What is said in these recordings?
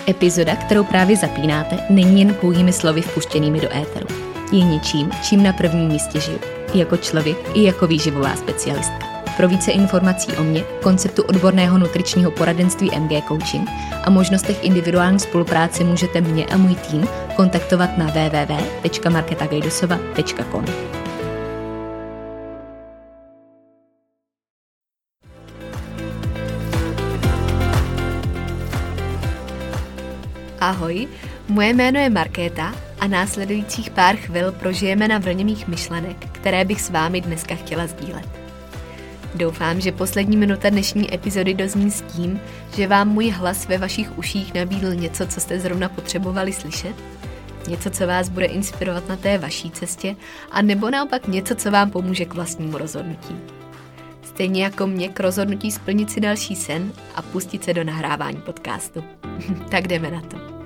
Epizoda, kterou právě zapínáte, není jen pouhými slovy vpuštěnými do éteru. Je něčím, čím na prvním místě žiju. I jako člověk, i jako výživová specialistka. Pro více informací o mně, konceptu odborného nutričního poradenství MG Coaching a možnostech individuální spolupráce můžete mě a můj tým kontaktovat na www.marketagajdosova.com. Ahoj, moje jméno je Markéta a následujících pár chvil prožijeme na vlně mých myšlenek, které bych s vámi dneska chtěla sdílet. Doufám, že poslední minuta dnešní epizody dozní s tím, že vám můj hlas ve vašich uších nabídl něco, co jste zrovna potřebovali slyšet, něco, co vás bude inspirovat na té vaší cestě, a nebo naopak něco, co vám pomůže k vlastnímu rozhodnutí. Stejně jako mě k rozhodnutí splnit si další sen a pustit se do nahrávání podcastu. Tak jdeme na to.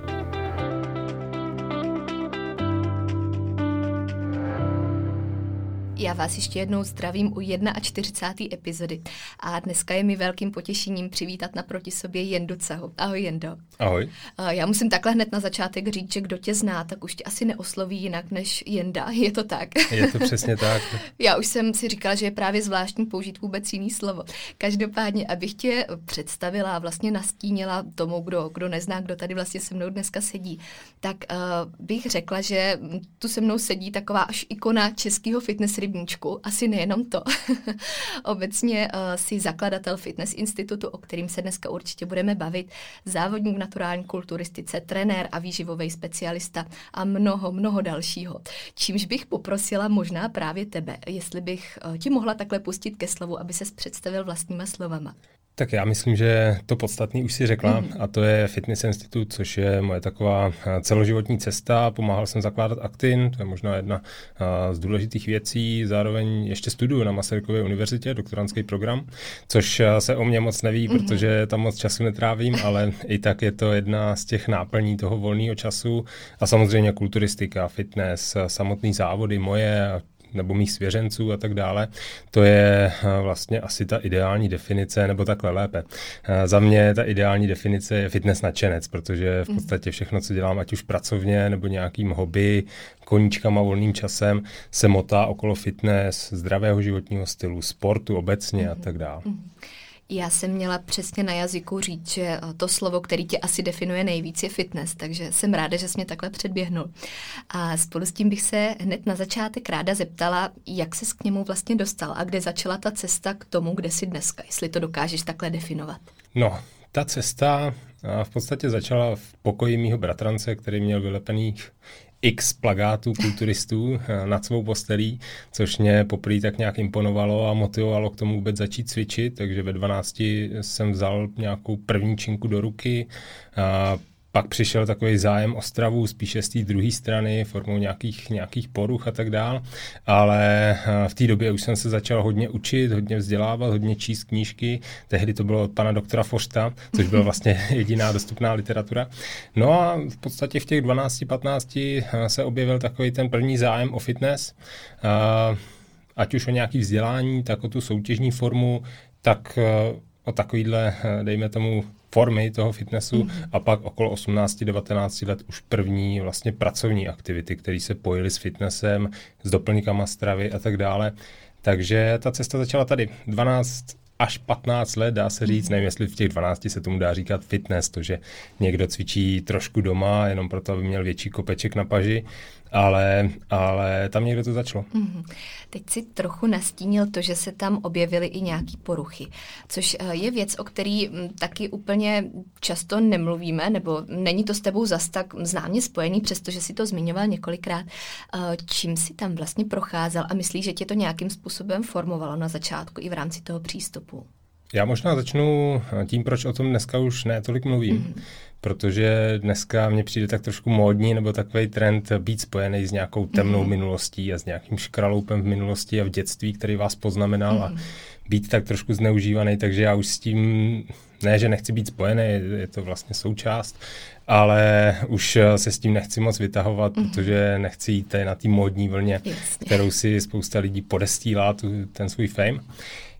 Já vás ještě jednou zdravím u 41. epizody a dneska je mi velkým potěšením přivítat naproti sobě Jendu Cahu. Ahoj, Jendo. Ahoj. Já musím takhle hned na začátek říct, že kdo tě zná, tak už tě asi neosloví jinak než Jenda. Je to tak? Je to přesně tak. Já už jsem si říkala, že je právě zvláštní použít vůbec jiný slovo. Každopádně, abych tě představila a vlastně nastínila tomu, kdo nezná, kdo tady vlastně se mnou dneska sedí, tak bych řekla, že tu se mnou sedí taková až ikona českého fitness rybníčku, asi nejenom to. Obecně si zakladatel Fitness institutu, o kterým se dneska určitě budeme bavit, závodník v naturální kulturistice, trenér a výživový specialista a mnoho dalšího. Čímž bych poprosila možná právě tebe, jestli bych ti mohla takhle pustit ke slovu, aby ses představil vlastníma slovama. Tak já myslím, že to podstatný už si řekla, a to je Fitness Institute, což je moje taková celoživotní cesta. Pomáhal jsem zakládat Actin, to je možná jedna z důležitých věcí. Zároveň ještě studuju na Masarykově univerzitě, doktorandský program, což se o mě moc neví, protože tam moc času netrávím, ale i tak je to jedna z těch náplní toho volného času. A samozřejmě kulturistika, fitness, samotný závody moje, nebo mých svěřenců a tak dále. To je vlastně asi ta ideální definice, nebo takhle lépe. Za mě ta ideální definice je fitness nadšenec, protože v podstatě všechno, co dělám, ať už pracovně, nebo nějakým hobby, koníčkama, volným časem, se motá okolo fitness, zdravého životního stylu, sportu obecně a tak dále. Já jsem měla přesně na jazyku říct, že to slovo, který tě asi definuje nejvíc, je fitness, takže jsem ráda, že jsi mě takhle předběhnul. A spolu s tím bych se hned na začátek ráda zeptala, jak ses k němu vlastně dostal a kde začala ta cesta k tomu, kde jsi dneska, jestli to dokážeš takhle definovat. No, ta cesta v podstatě začala v pokoji mýho bratrance, který měl vylepených x plakátů kulturistů nad svou postelí, což mě poprvé tak nějak imponovalo a motivovalo k tomu vůbec začít cvičit, takže ve 12 jsem vzal nějakou první činku do ruky. Pak přišel takový zájem o stravu, spíše z té druhé strany, formou nějakých poruch a tak dál, ale v té době už jsem se začal hodně učit, hodně vzdělávat, hodně číst knížky. Tehdy to bylo od pana doktora Forsta, což byla vlastně jediná dostupná literatura. No a v podstatě v těch 12-15 se objevil takový ten první zájem o fitness, ať už o nějaké vzdělání, tak o tu soutěžní formu, tak o takovýhle, dejme tomu, formy toho fitnessu a pak okolo 18-19 let už první vlastně pracovní aktivity, které se pojily s fitnessem, s doplňkama stravy a tak dále. Takže ta cesta začala tady. 12 až 15 let, dá se říct, nevím, jestli v těch 12 se tomu dá říkat fitness, to, že někdo cvičí trošku doma, jenom proto, aby měl větší kopeček na paži, ale tam někdo to začalo. Teď si trochu nastínil to, že se tam objevily i nějaký poruchy, což je věc, o který taky úplně často nemluvíme, nebo není to s tebou zas tak známě spojený, přestože si to zmiňoval několikrát. Čím si tam vlastně procházel a myslíš, že tě to nějakým způsobem formovalo na začátku i v rámci toho přístupu? Já možná začnu tím, proč o tom dneska už ne tolik mluvím. Protože dneska mně přijde tak trošku módní nebo takový trend být spojený s nějakou temnou minulostí a s nějakým škraloupem v minulosti a v dětství, který vás poznamenal a být tak trošku zneužívaný, takže já už s tím, ne, že nechci být spojený, je to vlastně součást, ale už se s tím nechci moc vytahovat, protože nechci jít na té módní vlně, kterou si spousta lidí podestýlá, ten svůj fame.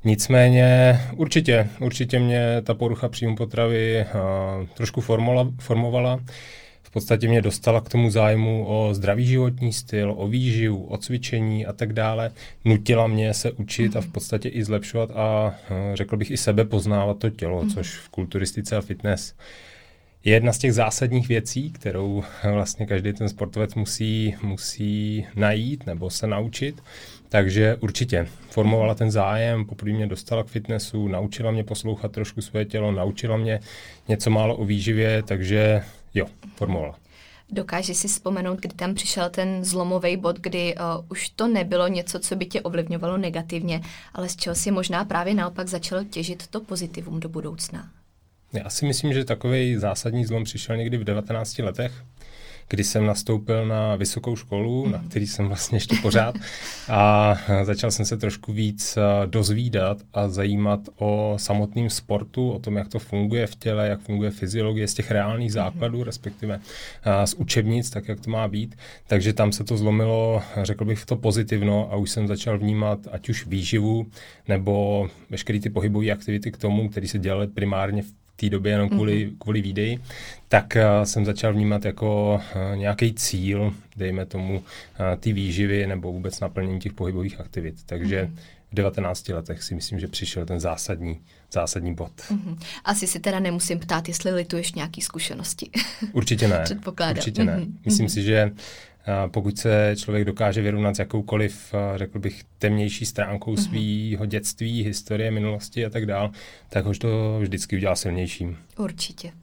Nicméně určitě mě ta porucha příjmu potravy trošku formovala. V podstatě mě dostala k tomu zájmu o zdravý životní styl, o výživu, o cvičení a tak dále. Nutila mě se učit a v podstatě i zlepšovat a řekl bych i sebe poznávat to tělo, což v kulturistice a fitness je jedna z těch zásadních věcí, kterou vlastně každý ten sportovec musí najít nebo se naučit. Takže určitě formovala ten zájem, poprvé mě dostala k fitnessu, naučila mě poslouchat trošku svoje tělo, naučila mě něco málo o výživě, takže jo, formovala. Dokážeš si vzpomenout, kdy tam přišel ten zlomový bod, kdy už to nebylo něco, co by tě ovlivňovalo negativně, ale z čeho si možná právě naopak začal těžit to pozitivum do budoucna? Já si myslím, že takový zásadní zlom přišel někdy v 19 letech, kdy jsem nastoupil na vysokou školu, na který jsem vlastně ještě pořád, a začal jsem se trošku víc dozvídat a zajímat o samotném sportu, o tom, jak to funguje v těle, jak funguje fyziologie z těch reálných základů, respektive z učebnic, tak jak to má být. Takže tam se to zlomilo, řekl bych, v to pozitivno a už jsem začal vnímat ať už výživu nebo veškeré ty pohybové aktivity k tomu, které se dělaly primárně v té době jenom kvůli výdeji, tak jsem začal vnímat jako nějaký cíl, dejme tomu, ty výživy nebo vůbec naplnění těch pohybových aktivit. Takže v 19 letech si myslím, že přišel ten zásadní bod. Asi si teda nemusím ptát, jestli lituješ nějaký zkušenosti. Určitě ne. Předpokládám. Určitě ne. Myslím si, že pokud se člověk dokáže vyrovnat s jakoukoliv, řekl bych, temnější stránkou svého dětství, historie, minulosti a tak dál, tak ho to vždycky udělá silnějším. Určitě.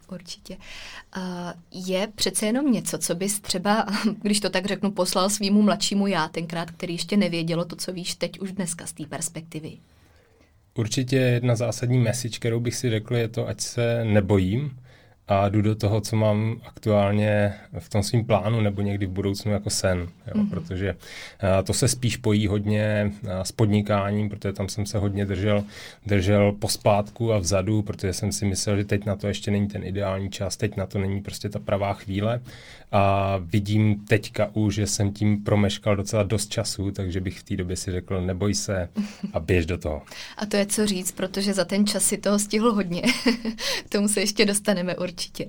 Je přece jenom něco, co bys třeba, když to tak řeknu, poslal svýmu mladšímu já tenkrát, který ještě nevědělo to, co víš teď už dneska z té perspektivy? Určitě jedna zásadní message, kterou bych si řekl, je to, ať se nebojím, a jdu do toho, co mám aktuálně v tom svým plánu nebo někdy v budoucnu jako sen. Jo? Protože to se spíš pojí hodně s podnikáním, protože tam jsem se hodně držel pospátku a vzadu, protože jsem si myslel, že teď na to ještě není ten ideální čas, teď na to není prostě ta pravá chvíle. A vidím teďka už, že jsem tím promeškal docela dost času, takže bych v té době si řekl, neboj se a běž do toho. A to je co říct, protože za ten čas si toho stihl hodně. K tomu se ještě dostaneme určitě.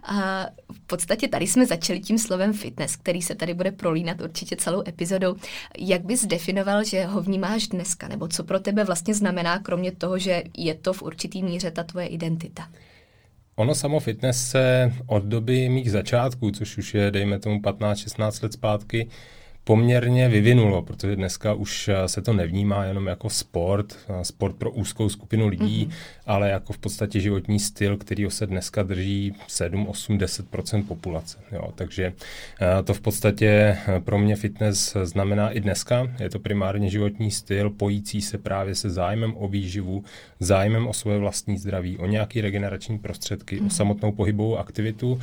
A v podstatě tady jsme začali tím slovem fitness, který se tady bude prolínat určitě celou epizodou. Jak bys definoval, že ho vnímáš dneska, nebo co pro tebe vlastně znamená, kromě toho, že je to v určitý míře ta tvoje identita? Ono samo fitness se od doby mých začátků, což už je, dejme tomu, 15-16 let zpátky, poměrně vyvinulo, protože dneska už se to nevnímá jenom jako sport pro úzkou skupinu lidí, ale jako v podstatě životní styl, kterýho se dneska drží 7, 8, 10% populace. Jo, takže to v podstatě pro mě fitness znamená i dneska. Je to primárně životní styl, pojící se právě se zájmem o výživu, zájmem o svoje vlastní zdraví, o nějaké regenerační prostředky, o samotnou pohybovou aktivitu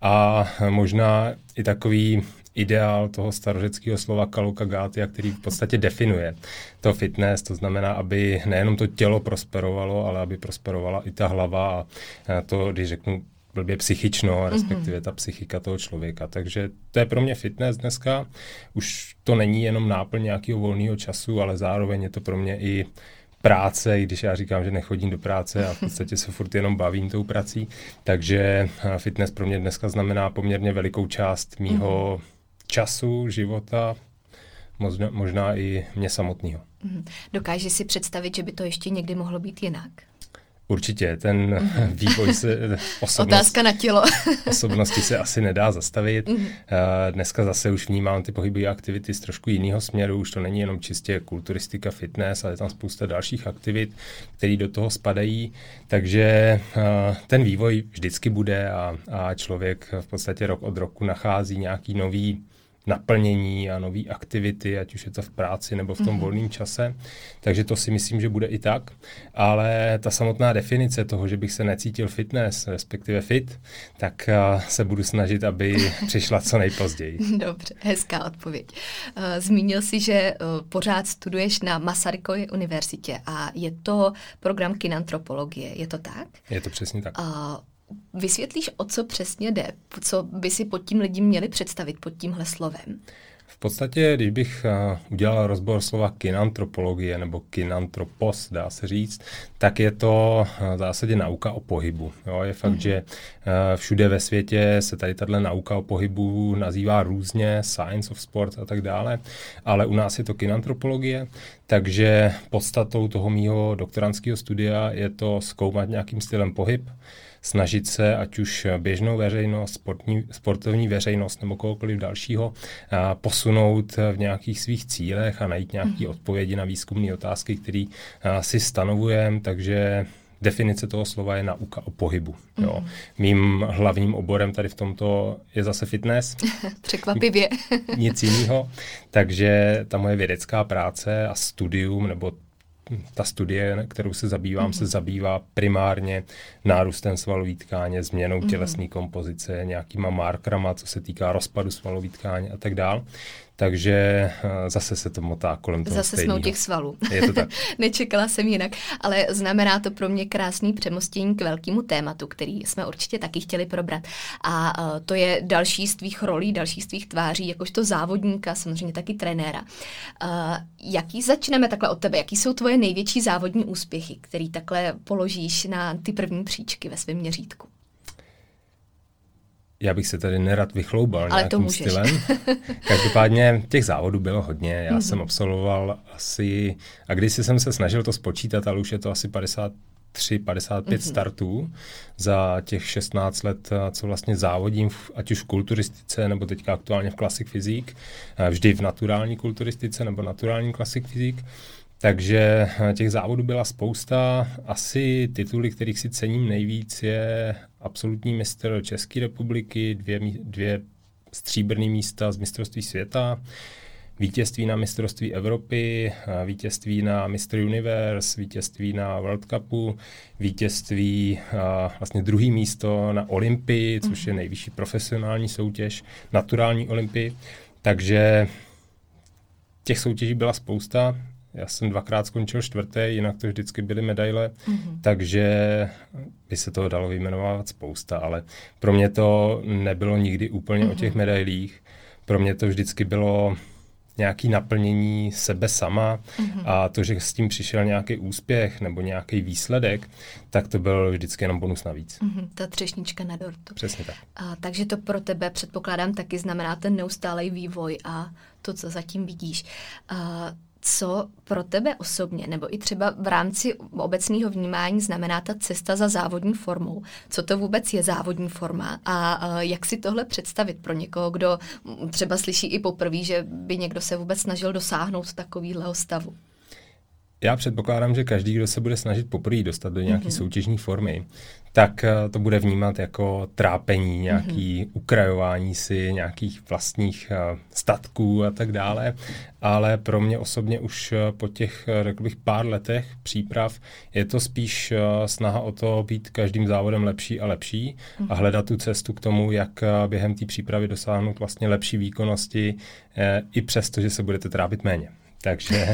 a možná i takový ideál toho starořeckého slova kalokagátia, který v podstatě definuje to fitness, to znamená, aby nejenom to tělo prosperovalo, ale aby prosperovala i ta hlava a to, když řeknu blbě psychično, respektive ta psychika toho člověka. Takže to je pro mě fitness dneska. Už to není jenom náplň nějakého volného času, ale zároveň je to pro mě i práce, když já říkám, že nechodím do práce a v podstatě se furt jenom bavím tou prací. Takže fitness pro mě dneska znamená poměrně velikou část mýho času, života, možná i mě samotného. Dokážeš si představit, že by to ještě někdy mohlo být jinak? Určitě, ten vývoj se Otázka na tělo. osobnosti se asi nedá zastavit. Dneska zase už vnímám ty pohybové aktivity z trošku jiného směru, už to není jenom čistě kulturistika, fitness, ale je tam spousta dalších aktivit, které do toho spadají, takže ten vývoj vždycky bude a člověk v podstatě rok od roku nachází nějaký nový naplnění a nové aktivity, ať už je to v práci nebo v tom volném čase. Takže to si myslím, že bude i tak. Ale ta samotná definice toho, že bych se necítil fitness, respektive fit, tak se budu snažit, aby přišla co nejpozději. Dobře, hezká odpověď. Zmínil jsi, že pořád studuješ na Masarykově univerzitě a je to program kinantropologie, je to tak? Je to přesně tak. Vysvětlíš, o co přesně jde? Co by si pod tím lidi měli představit pod tímhle slovem? V podstatě, když bych udělal rozbor slova kinantropologie nebo kinantropos, dá se říct, tak je to v zásadě nauka o pohybu. Jo, je fakt, že všude ve světě se tady tato nauka o pohybu nazývá různě, science of sport a tak dále, ale u nás je to kinantropologie, takže podstatou toho mýho doktorandského studia je to zkoumat nějakým stylem pohyb, snažit se, ať už běžnou veřejnost, sportovní veřejnost nebo kohokoliv dalšího, posunout v nějakých svých cílech a najít nějaké odpovědi na výzkumné otázky, které si stanovujeme, takže definice toho slova je nauka o pohybu. Jo. Mým hlavním oborem tady v tomto je zase fitness. Překvapivě. Nic jiného. Takže ta moje vědecká práce a studium nebo ta studie, kterou se zabývám, se zabývá primárně nárůstem svalové tkáně, změnou tělesné kompozice, nějakýma markrama, co se týká rozpadu svalové tkáně a tak dál. Takže zase se to motá kolem toho zase stejného. jsme u těch svalů. Je to tak. Nečekala jsem jinak, ale znamená to pro mě krásný přemostění k velkému tématu, který jsme určitě taky chtěli probrat. A to je další z tvých rolí, další z tvých tváří, jakožto závodníka, samozřejmě taky trenéra. Jaký začneme takhle od tebe? Jaký jsou tvoje největší závodní úspěchy, který takhle položíš na ty první příčky ve svém měřítku? Já bych se tady nerad vychloubal ale nějakým stylem. Každopádně těch závodů bylo hodně. Já jsem absolvoval asi, a kdysi jsem se snažil to spočítat, ale už je to asi 53-55 startů za těch 16 let, co vlastně závodím, ať už v kulturistice, nebo teďka aktuálně v Classic Physique, vždy v naturální kulturistice nebo naturální Classic Physique. Takže těch závodů byla spousta. Asi tituly, kterých si cením nejvíc, je absolutní mistr České republiky, dvě stříbrné místa z mistrovství světa, vítězství na mistrovství Evropy, vítězství na Mr. Universe, vítězství na World Cupu, vítězství, vlastně druhé místo na Olympii, což je nejvyšší profesionální soutěž, naturální Olympii. Takže těch soutěží byla spousta. Já jsem 2krát skončil 4., jinak to vždycky byly medaile, takže by se toho dalo vyjmenovat spousta, ale pro mě to nebylo nikdy úplně o těch medailích. Pro mě to vždycky bylo nějaké naplnění sebe sama a to, že s tím přišel nějaký úspěch nebo nějaký výsledek, tak to byl vždycky jenom bonus navíc. Ta třešnička na dortu. Přesně tak. Takže to pro tebe, předpokládám, taky znamená ten neustálý vývoj a to, co zatím vidíš. Co pro tebe osobně, nebo i třeba v rámci obecného vnímání znamená ta cesta za závodní formou? Co to vůbec je závodní forma a jak si tohle představit pro někoho, kdo třeba slyší i poprvé, že by někdo se vůbec snažil dosáhnout takového stavu? Já předpokládám, že každý, kdo se bude snažit poprvé dostat do nějaké soutěžní formy, tak to bude vnímat jako trápení, nějaký ukrajování si nějakých vlastních statků a tak dále. Ale pro mě osobně už po těch, řekl bych, pár letech příprav je to spíš snaha o to být každým závodem lepší a lepší a hledat tu cestu k tomu, jak během té přípravy dosáhnout vlastně lepší výkonnosti i přesto, že se budete trápit méně. Takže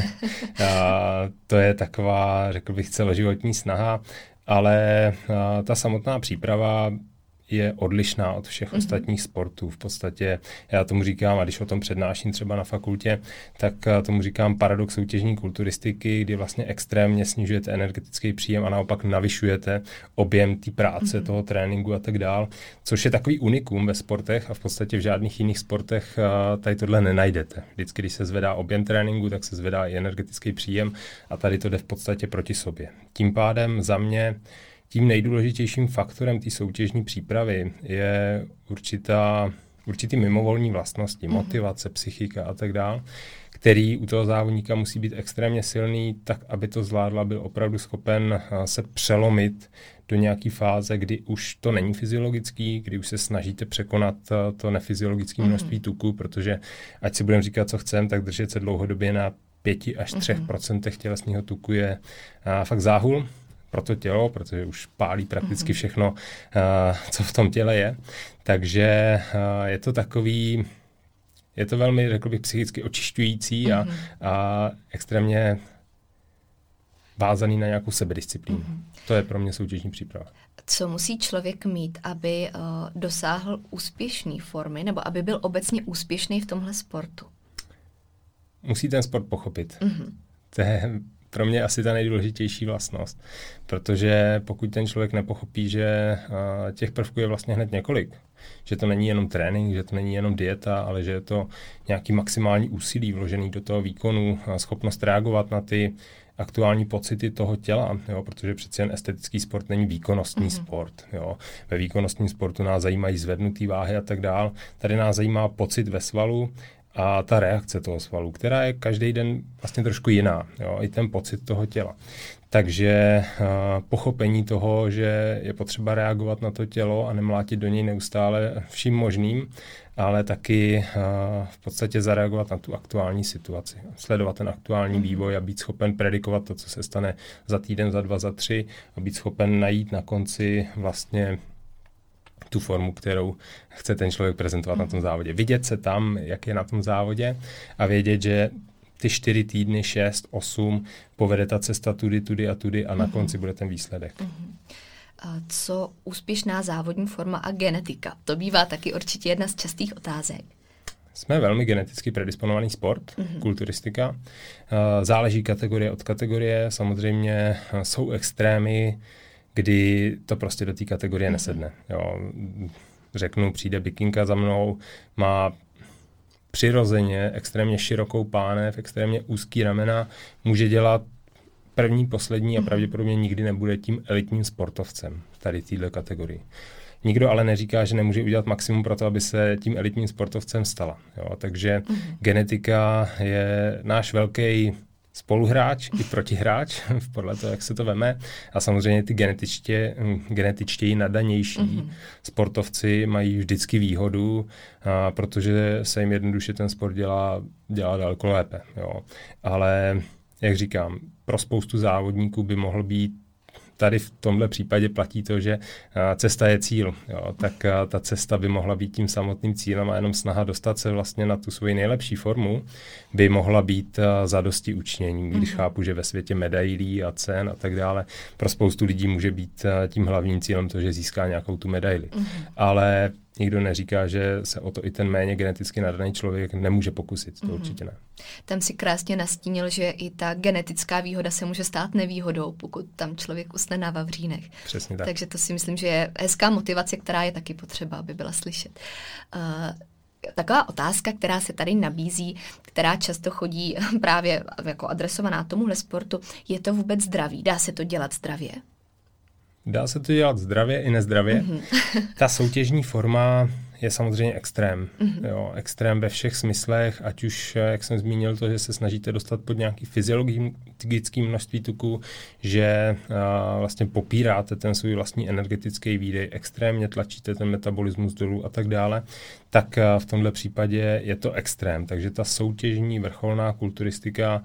to je taková, řekl bych, celoživotní snaha, ale ta samotná příprava je odlišná od všech ostatních sportů. V podstatě já tomu říkám, a když o tom přednáším třeba na fakultě, tak tomu říkám paradox soutěžní kulturistiky, kdy vlastně extrémně snižujete energetický příjem a naopak navyšujete objem té práce, toho tréninku a tak dál, což je takový unikum ve sportech a v podstatě v žádných jiných sportech tady tohle nenajdete. Vždycky, když se zvedá objem tréninku, tak se zvedá i energetický příjem a tady to jde v podstatě proti sobě. Tím pádem za mě tím nejdůležitějším faktorem té soutěžní přípravy je určitý mimovolní vlastnosti, motivace, psychika a tak dále, který u toho závodníka musí být extrémně silný, tak aby to zvládl, byl opravdu schopen se přelomit do nějaké fáze, kdy už to není fyziologický, kdy už se snažíte překonat to nefyziologické množství tuku, protože ať si budeme říkat, co chceme, tak držet se dlouhodobě na 5 až 3% tělesného tuku je fakt záhul pro to tělo, protože už pálí prakticky všechno, co v tom těle je. Takže je to takový, je to velmi, řekl bych, psychicky očišťující a extrémně vázaný na nějakou sebedisciplínu. To je pro mě soutěžní příprava. Co musí člověk mít, aby dosáhl úspěšné formy, nebo aby byl obecně úspěšný v tomhle sportu? musí ten sport pochopit. To je pro mě asi ta nejdůležitější vlastnost, protože pokud ten člověk nepochopí, že těch prvků je vlastně hned několik, že to není jenom trénink, že to není jenom dieta, ale že je to nějaký maximální úsilí vložený do toho výkonu, schopnost reagovat na ty aktuální pocity toho těla, jo, protože přeci jen estetický sport není výkonnostní sport. Jo. Ve výkonnostním sportu nás zajímají zvednutý váhy a tak dál. Tady nás zajímá pocit ve svalu a ta reakce toho svalu, která je každý den vlastně trošku jiná. Jo, i ten pocit toho těla. Takže pochopení toho, že je potřeba reagovat na to tělo a nemlátit do něj neustále vším možným, ale taky v podstatě zareagovat na tu aktuální situaci. Sledovat ten aktuální vývoj a být schopen predikovat to, co se stane za týden, za 2, za 3 a být schopen najít na konci vlastně tu formu, kterou chce ten člověk prezentovat na tom závodě. Vidět se tam, jak je na tom závodě a vědět, že ty 4 týdny, 6, 8 povede ta cesta tudy a na konci bude ten výsledek. Co úspěšná závodní forma a genetika? To bývá taky určitě jedna z častých otázek. Jsme velmi geneticky predisponovaný sport, kulturistika. Záleží kategorie od kategorie. Samozřejmě jsou extrémy, kdy to prostě do té kategorie nesedne. Jo. Řeknu, přijde bikinka za mnou, má přirozeně extrémně širokou pánev, extrémně úzký ramena, může dělat první, poslední a pravděpodobně nikdy nebude tím elitním sportovcem tady v této kategorii. Nikdo ale neříká, že nemůže udělat maximum pro to, aby se tím elitním sportovcem stala. Jo? Takže genetika je náš velký spoluhráč i protihráč, podle toho, jak se to veme. A samozřejmě ty genetičtěji nadanější sportovci mají vždycky výhodu, protože se jim jednoduše ten sport dělá daleko lépe. Jo. Ale, jak říkám, pro spoustu závodníků by mohl být tady v tomhle případě platí to, že cesta je cíl. Jo, tak ta cesta by mohla být tím samotným cílem a jenom snaha dostat se vlastně na tu svoji nejlepší formu by mohla být zadosti učinění. Když chápu, že ve světě medailí a cen a tak dále pro spoustu lidí může být tím hlavním cílem to, že získá nějakou tu medaili. Ale nikdo neříká, že se o to i ten méně geneticky nadaný člověk nemůže pokusit. To určitě ne. Tam si krásně nastínil, že i ta genetická výhoda se může stát nevýhodou, pokud tam člověk usne na vavřínech. Přesně tak. Takže to si myslím, že je hezká motivace, která je taky potřeba, aby byla slyšet. Taková otázka, která se tady nabízí, která často chodí právě jako adresovaná tomuhle sportu, je to vůbec zdravý? Dá se to dělat zdravě? Dá se to dělat zdravě i nezdravě. Ta soutěžní forma je samozřejmě extrém. Jo, extrém ve všech smyslech, ať už, jak jsem zmínil, to, že se snažíte dostat pod nějaký fyziologický množství tuku, že vlastně popíráte ten svůj vlastní energetický výdej, extrémně tlačíte ten metabolismus dolů a tak dále, tak v tomhle případě je to extrém. Takže ta soutěžní vrcholná kulturistika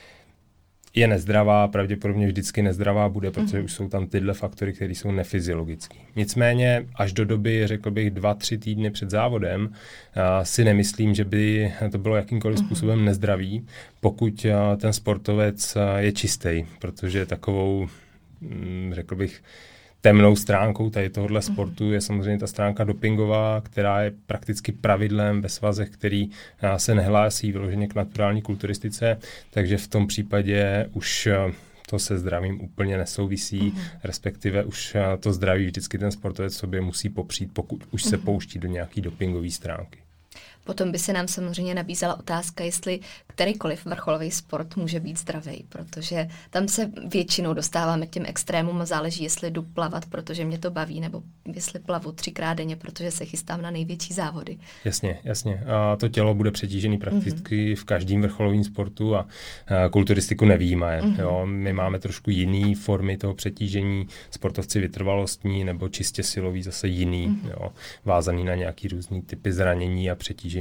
je nezdravá, pravděpodobně vždycky nezdravá bude, protože už jsou tam tyhle faktory, které jsou nefyziologické. Nicméně až do doby, řekl bych, 2-3 týdny před závodem, si nemyslím, že by to bylo jakýmkoliv způsobem nezdravý, pokud ten sportovec je čistý, protože takovou, řekl bych, temnou stránkou tady tohohle sportu je samozřejmě ta stránka dopingová, která je prakticky pravidlem ve svazech, který se nehlásí vyloženě k naturální kulturistice, takže v tom případě už to se zdravím úplně nesouvisí, respektive už to zdraví vždycky ten sportovec sobě musí popřít, pokud už se pouští do nějaký dopingové stránky. Potom by se nám samozřejmě nabízela otázka, jestli kterýkoliv vrcholový sport může být zdravý, protože tam se většinou dostáváme k těm extrémům a záleží, jestli jdu plavat, protože mě to baví, nebo jestli plavu 3krát denně, protože se chystám na největší závody. Jasně. A to tělo bude přetížený prakticky v každém vrcholovém sportu a kulturistiku nevyjímaje. Jo. My máme trošku jiný formy toho přetížení, sportovci vytrvalostní nebo čistě silový zase jiný, jo, vázaný na nějaký různý typy zranění a přetížení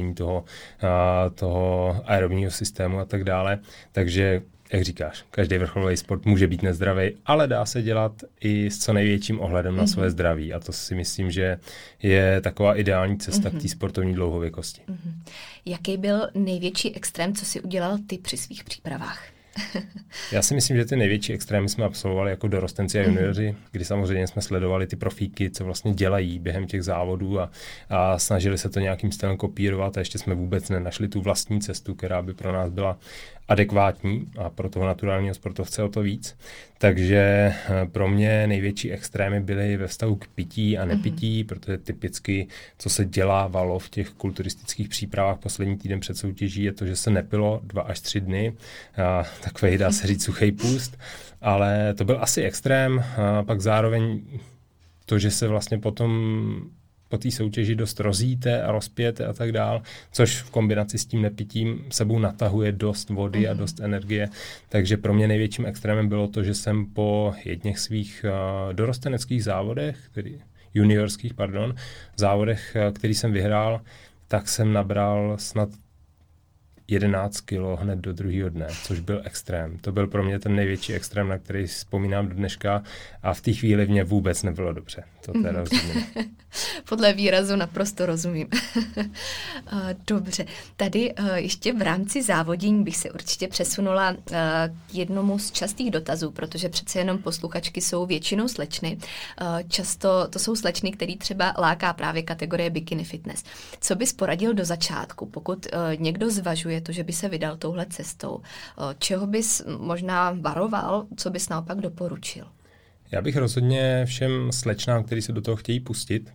toho aerobního systému a tak dále. Takže, jak říkáš, každý vrcholový sport může být nezdravý, ale dá se dělat i s co největším ohledem na své zdraví. A to si myslím, že je taková ideální cesta k té sportovní dlouhověkosti. Jaký byl největší extrém, co si udělal ty při svých přípravách? Já si myslím, že ty největší extrémy jsme absolvovali jako dorostenci a junioři, kdy samozřejmě jsme sledovali ty profíky, co vlastně dělají během těch závodů a snažili se to nějakým stylem kopírovat a ještě jsme vůbec nenašli tu vlastní cestu, která by pro nás byla adekvátní a pro toho naturálního sportovce o to víc. Takže pro mě největší extrémy byly ve vztahu k pití a nepití, protože typicky, co se dělávalo v těch kulturistických přípravách poslední týden před soutěží, je to, že se nepilo 2 až 3 dny. Takový, dá se říct, suchej půst. Ale to byl asi extrém. A pak zároveň to, že se vlastně potom po té soutěži dost rozjíte a rozpijete a tak dál, což v kombinaci s tím nepitím sebou natahuje dost vody a dost energie. Takže pro mě největším extrémem bylo to, že jsem po jedných svých dorosteneckých závodech, juniorských, závodech, který jsem vyhrál, tak jsem nabral snad 11 kilo hned do druhého dne, což byl extrém. To byl pro mě ten největší extrém, na který vzpomínám do dneška a v té chvíli mě vůbec nebylo dobře. To teda rozumím. Podle výrazu naprosto rozumím. Dobře. Tady ještě v rámci závodění bych se určitě přesunula k jednomu z častých dotazů, protože přece jenom posluchačky jsou většinou slečny. Často to jsou slečny, který třeba láká právě kategorie bikini fitness. Co bys poradil do začátku, pokud někdo zvažuje to, že by se vydal touhle cestou? Čeho bys možná varoval, co bys naopak doporučil? Já bych rozhodně všem slečnám, kteří se do toho chtějí pustit,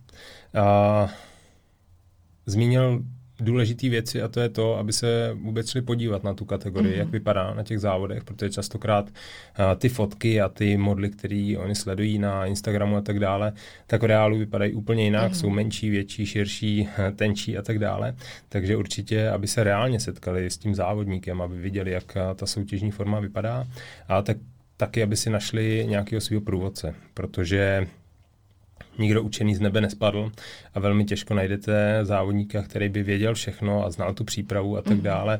zmínil důležité věci a to je to, aby se vůbec šli podívat na tu kategorii, jak vypadá na těch závodech, protože častokrát ty fotky a ty modely, které oni sledují na Instagramu a tak dále, tak v reálu vypadají úplně jinak, jsou menší, větší, širší, tenčí a tak dále. Takže určitě, aby se reálně setkali s tím závodníkem, aby viděli, jak ta soutěžní forma vypadá, a taky, aby si našli nějakého svého průvodce, protože nikdo učený z nebe nespadl a velmi těžko najdete závodníka, který by věděl všechno a znal tu přípravu a tak dále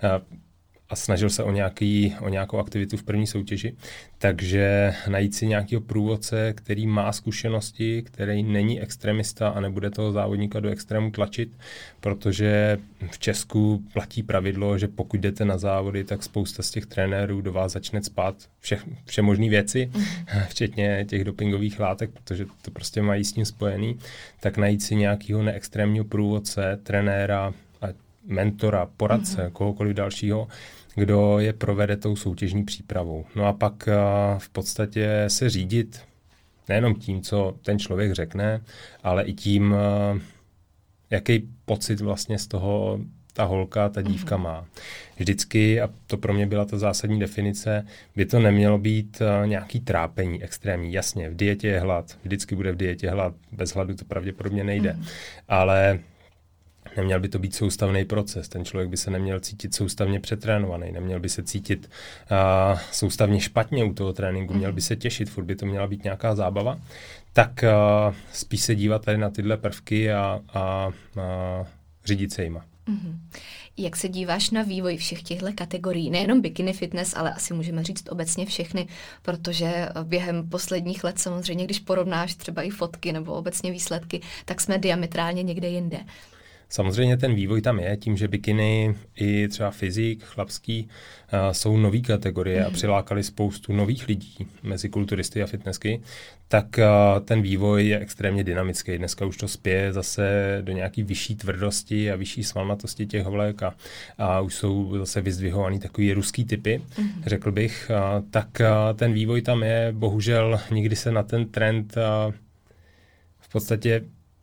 a snažil se o nějakou aktivitu v první soutěži. Takže najít si nějakého průvodce, který má zkušenosti, který není extremista a nebude toho závodníka do extrému tlačit, protože v Česku platí pravidlo, že pokud jdete na závody, tak spousta z těch trenérů do vás začne cpát vše možné věci, včetně těch dopingových látek, protože to prostě mají s tím spojený, tak najít si nějakého neextrémního průvodce, trenéra, mentora, poradce, kohokoliv dalšího, kdo je provede tou soutěžní přípravou. No a pak v podstatě se řídit nejenom tím, co ten člověk řekne, ale i tím, jaký pocit vlastně z toho ta holka, ta dívka má. Vždycky, a to pro mě byla ta zásadní definice, by to nemělo být nějaký trápení extrémní. Jasně, v dietě je hlad, vždycky bude v dietě hlad, bez hladu to pravděpodobně nejde. Ale neměl by to být soustavný proces. Ten člověk by se neměl cítit soustavně přetrénovaný, neměl by se cítit soustavně špatně u toho tréninku, měl by se těšit, furt by to měla být nějaká zábava. Tak spíš se dívat tady na tyhle prvky a řídit se jima. Jak se díváš na vývoj všech těchto kategorií? Nejenom bikini fitness, ale asi můžeme říct obecně všechny, protože během posledních let samozřejmě, když porovnáš třeba i fotky nebo obecně výsledky, tak jsme diametrálně někde jinde. Samozřejmě ten vývoj tam je, tím, že bikiny i třeba fyzik, chlapský jsou nový kategorie a přilákali spoustu nových lidí mezi kulturisty a fitnessky, tak ten vývoj je extrémně dynamický. Dneska už to spěje zase do nějaký vyšší tvrdosti a vyšší svalnatosti těch vlek a už jsou zase vyzdvihovaný takový ruský typy, řekl bych. Tak ten vývoj tam je, bohužel nikdy se na ten trend v podstatě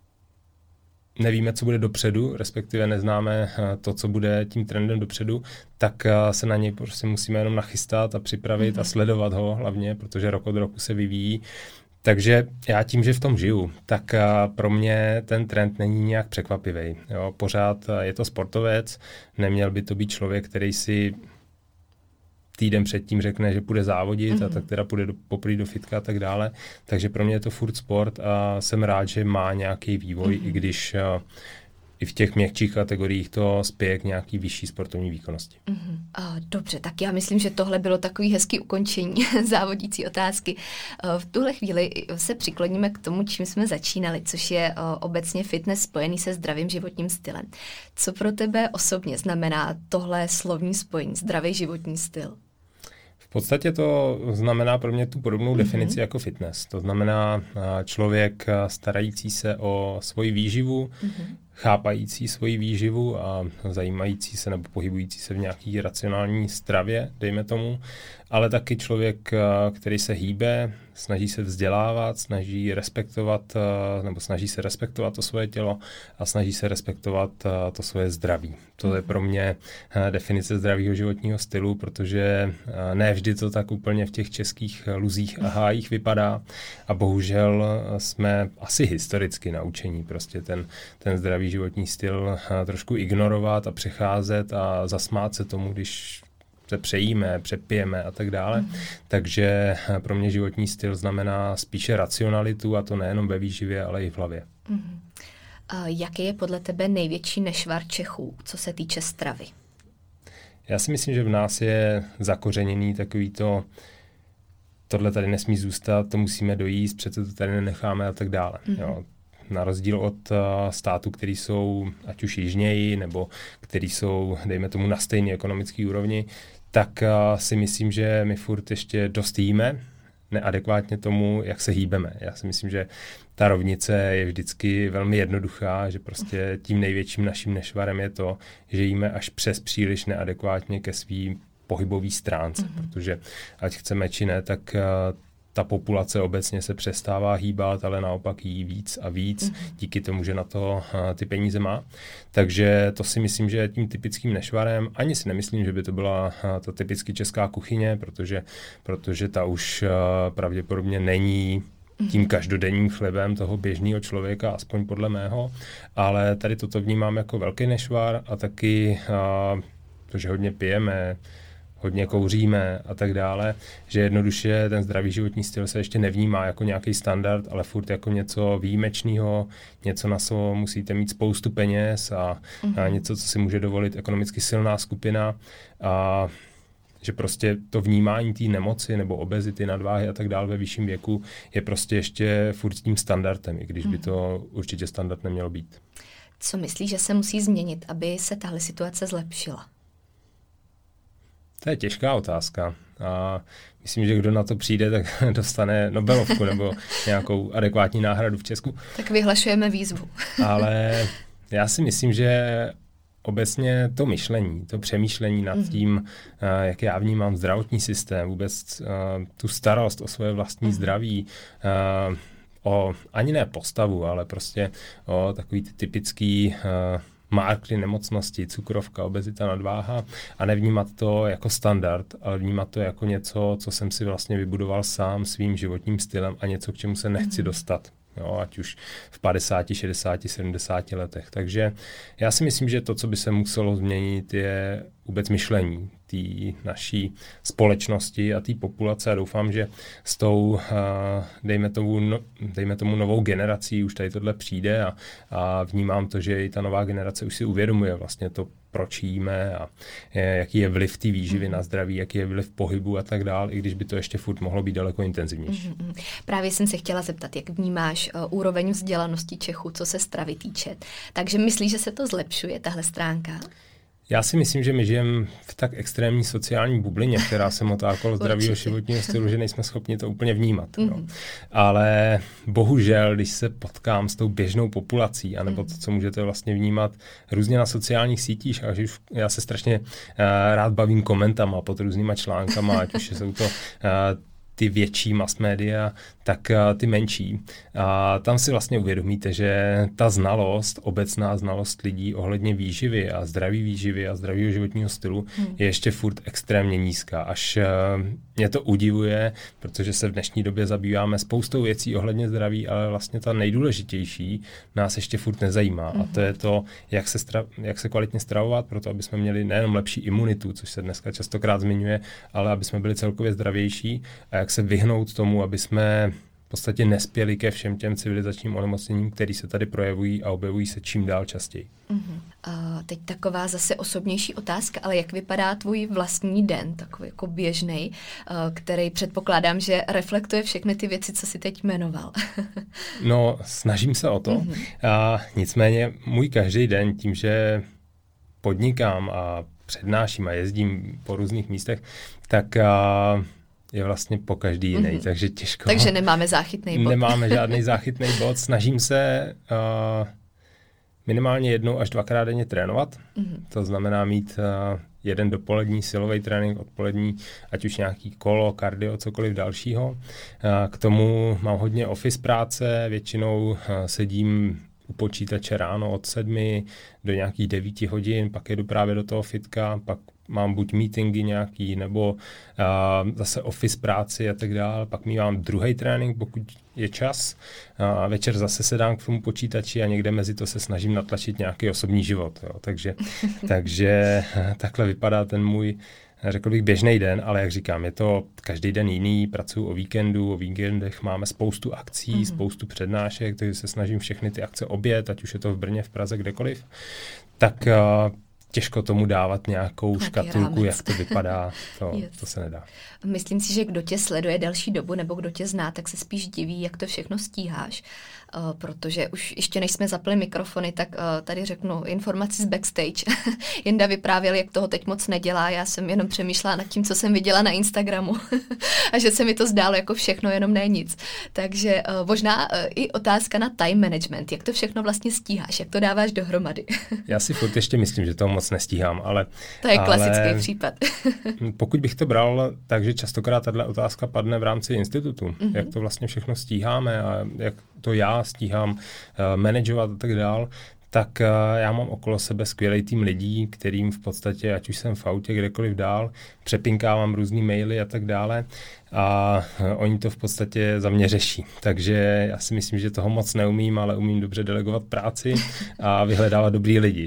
nevíme, co bude dopředu, respektive neznáme to, co bude tím trendem dopředu, tak se na něj prostě musíme jenom nachystat a připravit a sledovat ho hlavně, protože rok od roku se vyvíjí. Takže já tím, že v tom žiju, tak pro mě ten trend není nějak překvapivý. Jo, pořád je to sportovec, neměl by to být člověk, který si týden předtím řekne, že půjde závodit a tak teda půjde poprvé do fitka a tak dále. Takže pro mě je to furt sport a jsem rád, že má nějaký vývoj, i když i v těch měkčích kategoriích to spěje k nějaký vyšší sportovní výkonnosti. Dobře, tak já myslím, že tohle bylo takový hezký ukončení závodící otázky. V tuhle chvíli se přikloníme k tomu, čím jsme začínali, což je obecně fitness spojený se zdravým životním stylem. Co pro tebe osobně znamená tohle slovní spojení, zdravý životní styl? podstatě to znamená pro mě tu podobnou definici jako fitness. To znamená člověk starající se o svoji výživu, chápající svoji výživu a zajímající se nebo pohybující se v nějaký racionální stravě, dejme tomu, ale taky člověk, který se hýbe, snaží se vzdělávat, snaží se respektovat to svoje tělo a snaží se respektovat to svoje zdraví. To je pro mě definice zdravého životního stylu, protože ne vždy to tak úplně v těch českých luzích a hájích vypadá a bohužel jsme asi historicky naučení prostě ten zdravý životní styl trošku ignorovat a přecházet a zasmát se tomu, když se přejíme, přepijeme a tak dále. Takže pro mě životní styl znamená spíše racionalitu a to nejenom ve výživě, ale i v hlavě. Jaký je podle tebe největší nešvar Čechů, co se týče stravy? Já si myslím, že v nás je zakořeněný takový tohle tady nesmí zůstat, to musíme dojíst, přece to tady nenecháme a tak dále. Jo. Na rozdíl od států, který jsou ať už jižněji, nebo který jsou, dejme tomu, na stejné ekonomické úrovni, tak si myslím, že my furt ještě dost jíme, neadekvátně tomu, jak se hýbeme. Já si myslím, že ta rovnice je vždycky velmi jednoduchá, že prostě tím největším naším nešvarem je to, že jíme až přes příliš neadekvátně ke svý pohybový stránce, protože ať chceme či ne, tak ta populace obecně se přestává hýbat, ale naopak jí víc a víc díky tomu, že na to ty peníze má. Takže to si myslím, že je tím typickým nešvarem. Ani si nemyslím, že by to byla ta typicky česká kuchyně, protože ta už pravděpodobně není tím každodenním chlebem toho běžného člověka, aspoň podle mého. Ale tady toto vnímám jako velký nešvar a taky to, že hodně pijeme, hodně kouříme a tak dále, že jednoduše ten zdravý životní styl se ještě nevnímá jako nějaký standard, ale furt jako něco výjimečného, něco, na co musíte mít spoustu peněz a něco, co si může dovolit ekonomicky silná skupina a že prostě to vnímání té nemoci nebo obezity, nadváhy a tak dále ve vyšším věku je prostě ještě furt tím standardem, i když by to určitě standard nemělo být. Co myslíš, že se musí změnit, aby se tahle situace zlepšila? To je těžká otázka a myslím, že kdo na to přijde, tak dostane Nobelovku nebo nějakou adekvátní náhradu v Česku. Tak vyhlašujeme výzvu. Ale já si myslím, že obecně to myšlení, to přemýšlení nad tím, jak já vnímám zdravotní systém, vůbec tu starost o svoje vlastní zdraví, o ani ne postavu, ale prostě o takový ty typický markry nemocnosti, cukrovka, obezita, nadváha a nevnímat to jako standard, ale vnímat to jako něco, co jsem si vlastně vybudoval sám svým životním stylem a něco, k čemu se nechci dostat. Jo, ať už v 50, 60, 70 letech. Takže já si myslím, že to, co by se muselo změnit, je vůbec myšlení té naší společnosti a té populace a doufám, že s tou, dejme tomu novou generací už tady tohle přijde a vnímám to, že i ta nová generace už si uvědomuje vlastně to, proč jíme a jaký je vliv té výživy na zdraví, jaký je vliv pohybu a tak dál, i když by to ještě furt mohlo být daleko intenzivnější. Právě jsem se chtěla zeptat, jak vnímáš úroveň vzdělanosti Čechů, co se stravy týče. Takže myslíš, že se to zlepšuje, tahle stránka? Já si myslím, že my žijeme v tak extrémní sociální bublině, která se motá okolo zdravého životního stylu, že nejsme schopni to úplně vnímat. No. Ale bohužel, když se potkám s tou běžnou populací, anebo to, co můžete vlastně vnímat různě na sociálních sítích, a že já se strašně rád bavím komentama pod různýma článkama, ať už jsou to ty větší mass media, tak ty menší. A tam si vlastně uvědomíte, že ta znalost, obecná znalost lidí ohledně výživy a zdraví výživy a zdravého životního stylu je ještě furt extrémně nízká. Až mě to udivuje, protože se v dnešní době zabýváme spoustou věcí ohledně zdraví, ale vlastně ta nejdůležitější nás ještě furt nezajímá. A to je to, jak se kvalitně stravovat, proto aby jsme měli nejenom lepší imunitu, což se dneska častokrát zmiňuje, ale aby jsme byli celkově zdravější a jak se vyhnout tomu, aby jsme v podstatě nespěli ke všem těm civilizačním onemocněním, které se tady projevují a objevují se čím dál častěji. Teď taková zase osobnější otázka, ale jak vypadá tvůj vlastní den, takový jako běžnej, který předpokládám, že reflektuje všechny ty věci, co jsi teď jmenoval? No, snažím se o to. Nicméně můj každý den tím, že podnikám a přednáším a jezdím po různých místech, tak je vlastně po každý jiný, takže těžko. Takže nemáme záchytný bod. Nemáme žádný záchytný bod. Snažím se minimálně 1 až 2krát denně trénovat. To znamená mít jeden dopolední silový trénink, odpolední, ať už nějaký kolo, kardio, cokoliv dalšího. K tomu mám hodně office práce, většinou sedím u počítače ráno od 7 do nějakých 9 hodin, pak jedu právě do toho fitka, pak mám buď meetingy nějaký, nebo zase office práci a tak dále. Pak mívám druhý trénink, pokud je čas. Večer zase sedám k tomu počítači a někde mezi to se snažím natlačit nějaký osobní život. Jo. Takže takhle vypadá ten můj, řekl bych, běžný den, ale jak říkám, je to každý den jiný, pracuji o víkendu, o víkendech máme spoustu akcí, spoustu přednášek, takže se snažím všechny ty akce objet, ať už je to v Brně, v Praze, kdekoliv. Tak těžko tomu dávat nějakou škatulku, jak to vypadá, to se nedá. Myslím si, že kdo tě sleduje delší dobu nebo kdo tě zná, tak se spíš diví, jak to všechno stíháš, protože už ještě než jsme zapli mikrofony, tak tady řeknu informaci z backstage. Jenda vyprávěl, jak toho teď moc nedělá, já jsem jenom přemýšlela nad tím, co jsem viděla na Instagramu a že se mi to zdálo jako všechno, jenom ne nic. Takže možná i otázka na time management, jak to všechno vlastně stíháš, jak to dáváš dohromady. Já si furt ještě myslím, že to moc nestíhám, ale... To je klasický případ. Pokud bych to bral, takže častokrát tato otázka padne v rámci institutu. Jak to vlastně všechno stíháme a jak to já stíhám manažovat a tak dál, tak já mám okolo sebe skvělý tým lidí, kterým v podstatě, ať už jsem v autě, kdekoliv dál, přepinkávám různý maily a tak dále a oni to v podstatě za mě řeší. Takže já si myslím, že toho moc neumím, ale umím dobře delegovat práci a vyhledávat dobrý lidi.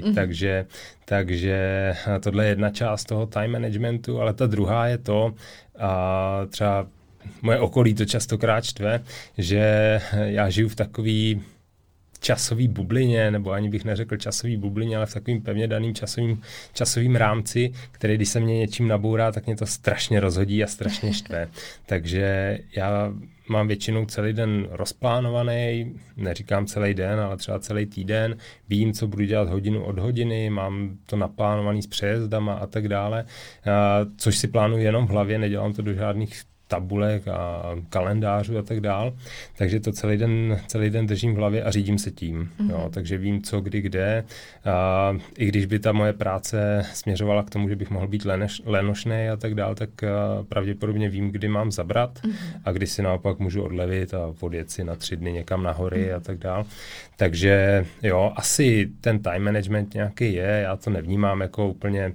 Takže tohle je jedna část toho time managementu, ale ta druhá je to, třeba moje okolí to častokrát štve, že já žiju v takový časový bublině, nebo ani bych neřekl časový bublině, ale v takovým pevně daným časovým rámci, který když se mě něčím nabourá, tak mě to strašně rozhodí a strašně štve. Takže já mám většinou celý den rozplánovaný, neříkám celý den, ale třeba celý týden, vím, co budu dělat hodinu od hodiny, mám to naplánovaný s přejezdama a tak dále, což si plánuji jenom v hlavě, nedělám to do žádných tabulek a kalendářů a tak dál. Takže to celý den držím v hlavě a řídím se tím. Jo, takže vím, co, kdy, kde. I když by ta moje práce směřovala k tomu, že bych mohl být lenošnej a tak dál, tak pravděpodobně vím, kdy mám zabrat a kdy si naopak můžu odlevit a odjet si na 3 dny někam na hory a tak dál. Takže jo, asi ten time management nějaký je. Já to nevnímám jako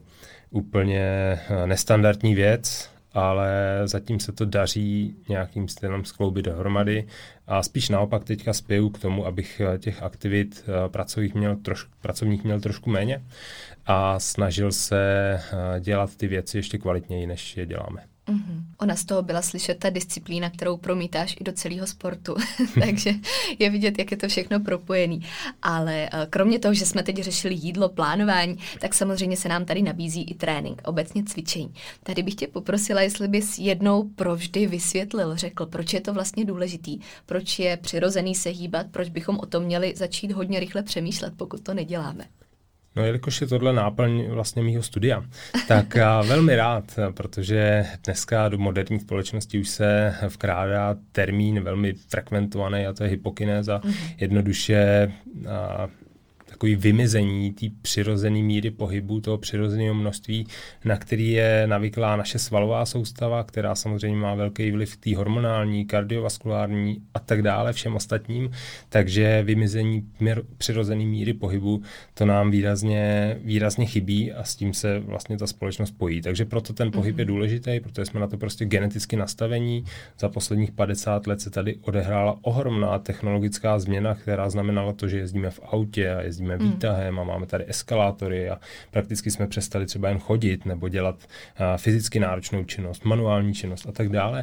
úplně nestandardní věc, ale zatím se to daří nějakým stylem skloubit dohromady a spíš naopak teďka spěju k tomu, abych těch aktivit pracovních měl trošku méně a snažil se dělat ty věci ještě kvalitněji, než je děláme. Ona z toho byla slyšet ta disciplína, kterou promítáš i do celého sportu. Takže je vidět, jak je to všechno propojený. Ale kromě toho, že jsme teď řešili jídlo, plánování, tak samozřejmě se nám tady nabízí i trénink, obecně cvičení. Tady bych tě poprosila, jestli bys jednou provždy vysvětlil, řekl, proč je to vlastně důležitý, proč je přirozený se hýbat, proč bychom o tom měli začít hodně rychle přemýšlet, pokud to neděláme. No, jelikož je tohle náplň vlastně mýho studia, tak velmi rád, protože dneska do moderní společnosti už se vkrádá termín velmi frekventovaný a to je hypokinéza. Jednoduše takový vymizení té přirozené míry pohybu, toho přirozeného množství, na který je navyklá naše svalová soustava, která samozřejmě má velký vliv té hormonální, kardiovaskulární a tak dále, všem ostatním. Takže vymizení přirozené míry pohybu, to nám výrazně chybí a s tím se vlastně ta společnost pojí. Takže proto ten pohyb je důležitý, protože jsme na to prostě geneticky nastavení. Za posledních 50 let se tady odehrála ohromná technologická změna, která znamenala to, že jezdíme v autě a jezdíme výtahem a máme tady eskalátory a prakticky jsme přestali třeba jen chodit nebo dělat fyzicky náročnou činnost, manuální činnost a tak dále.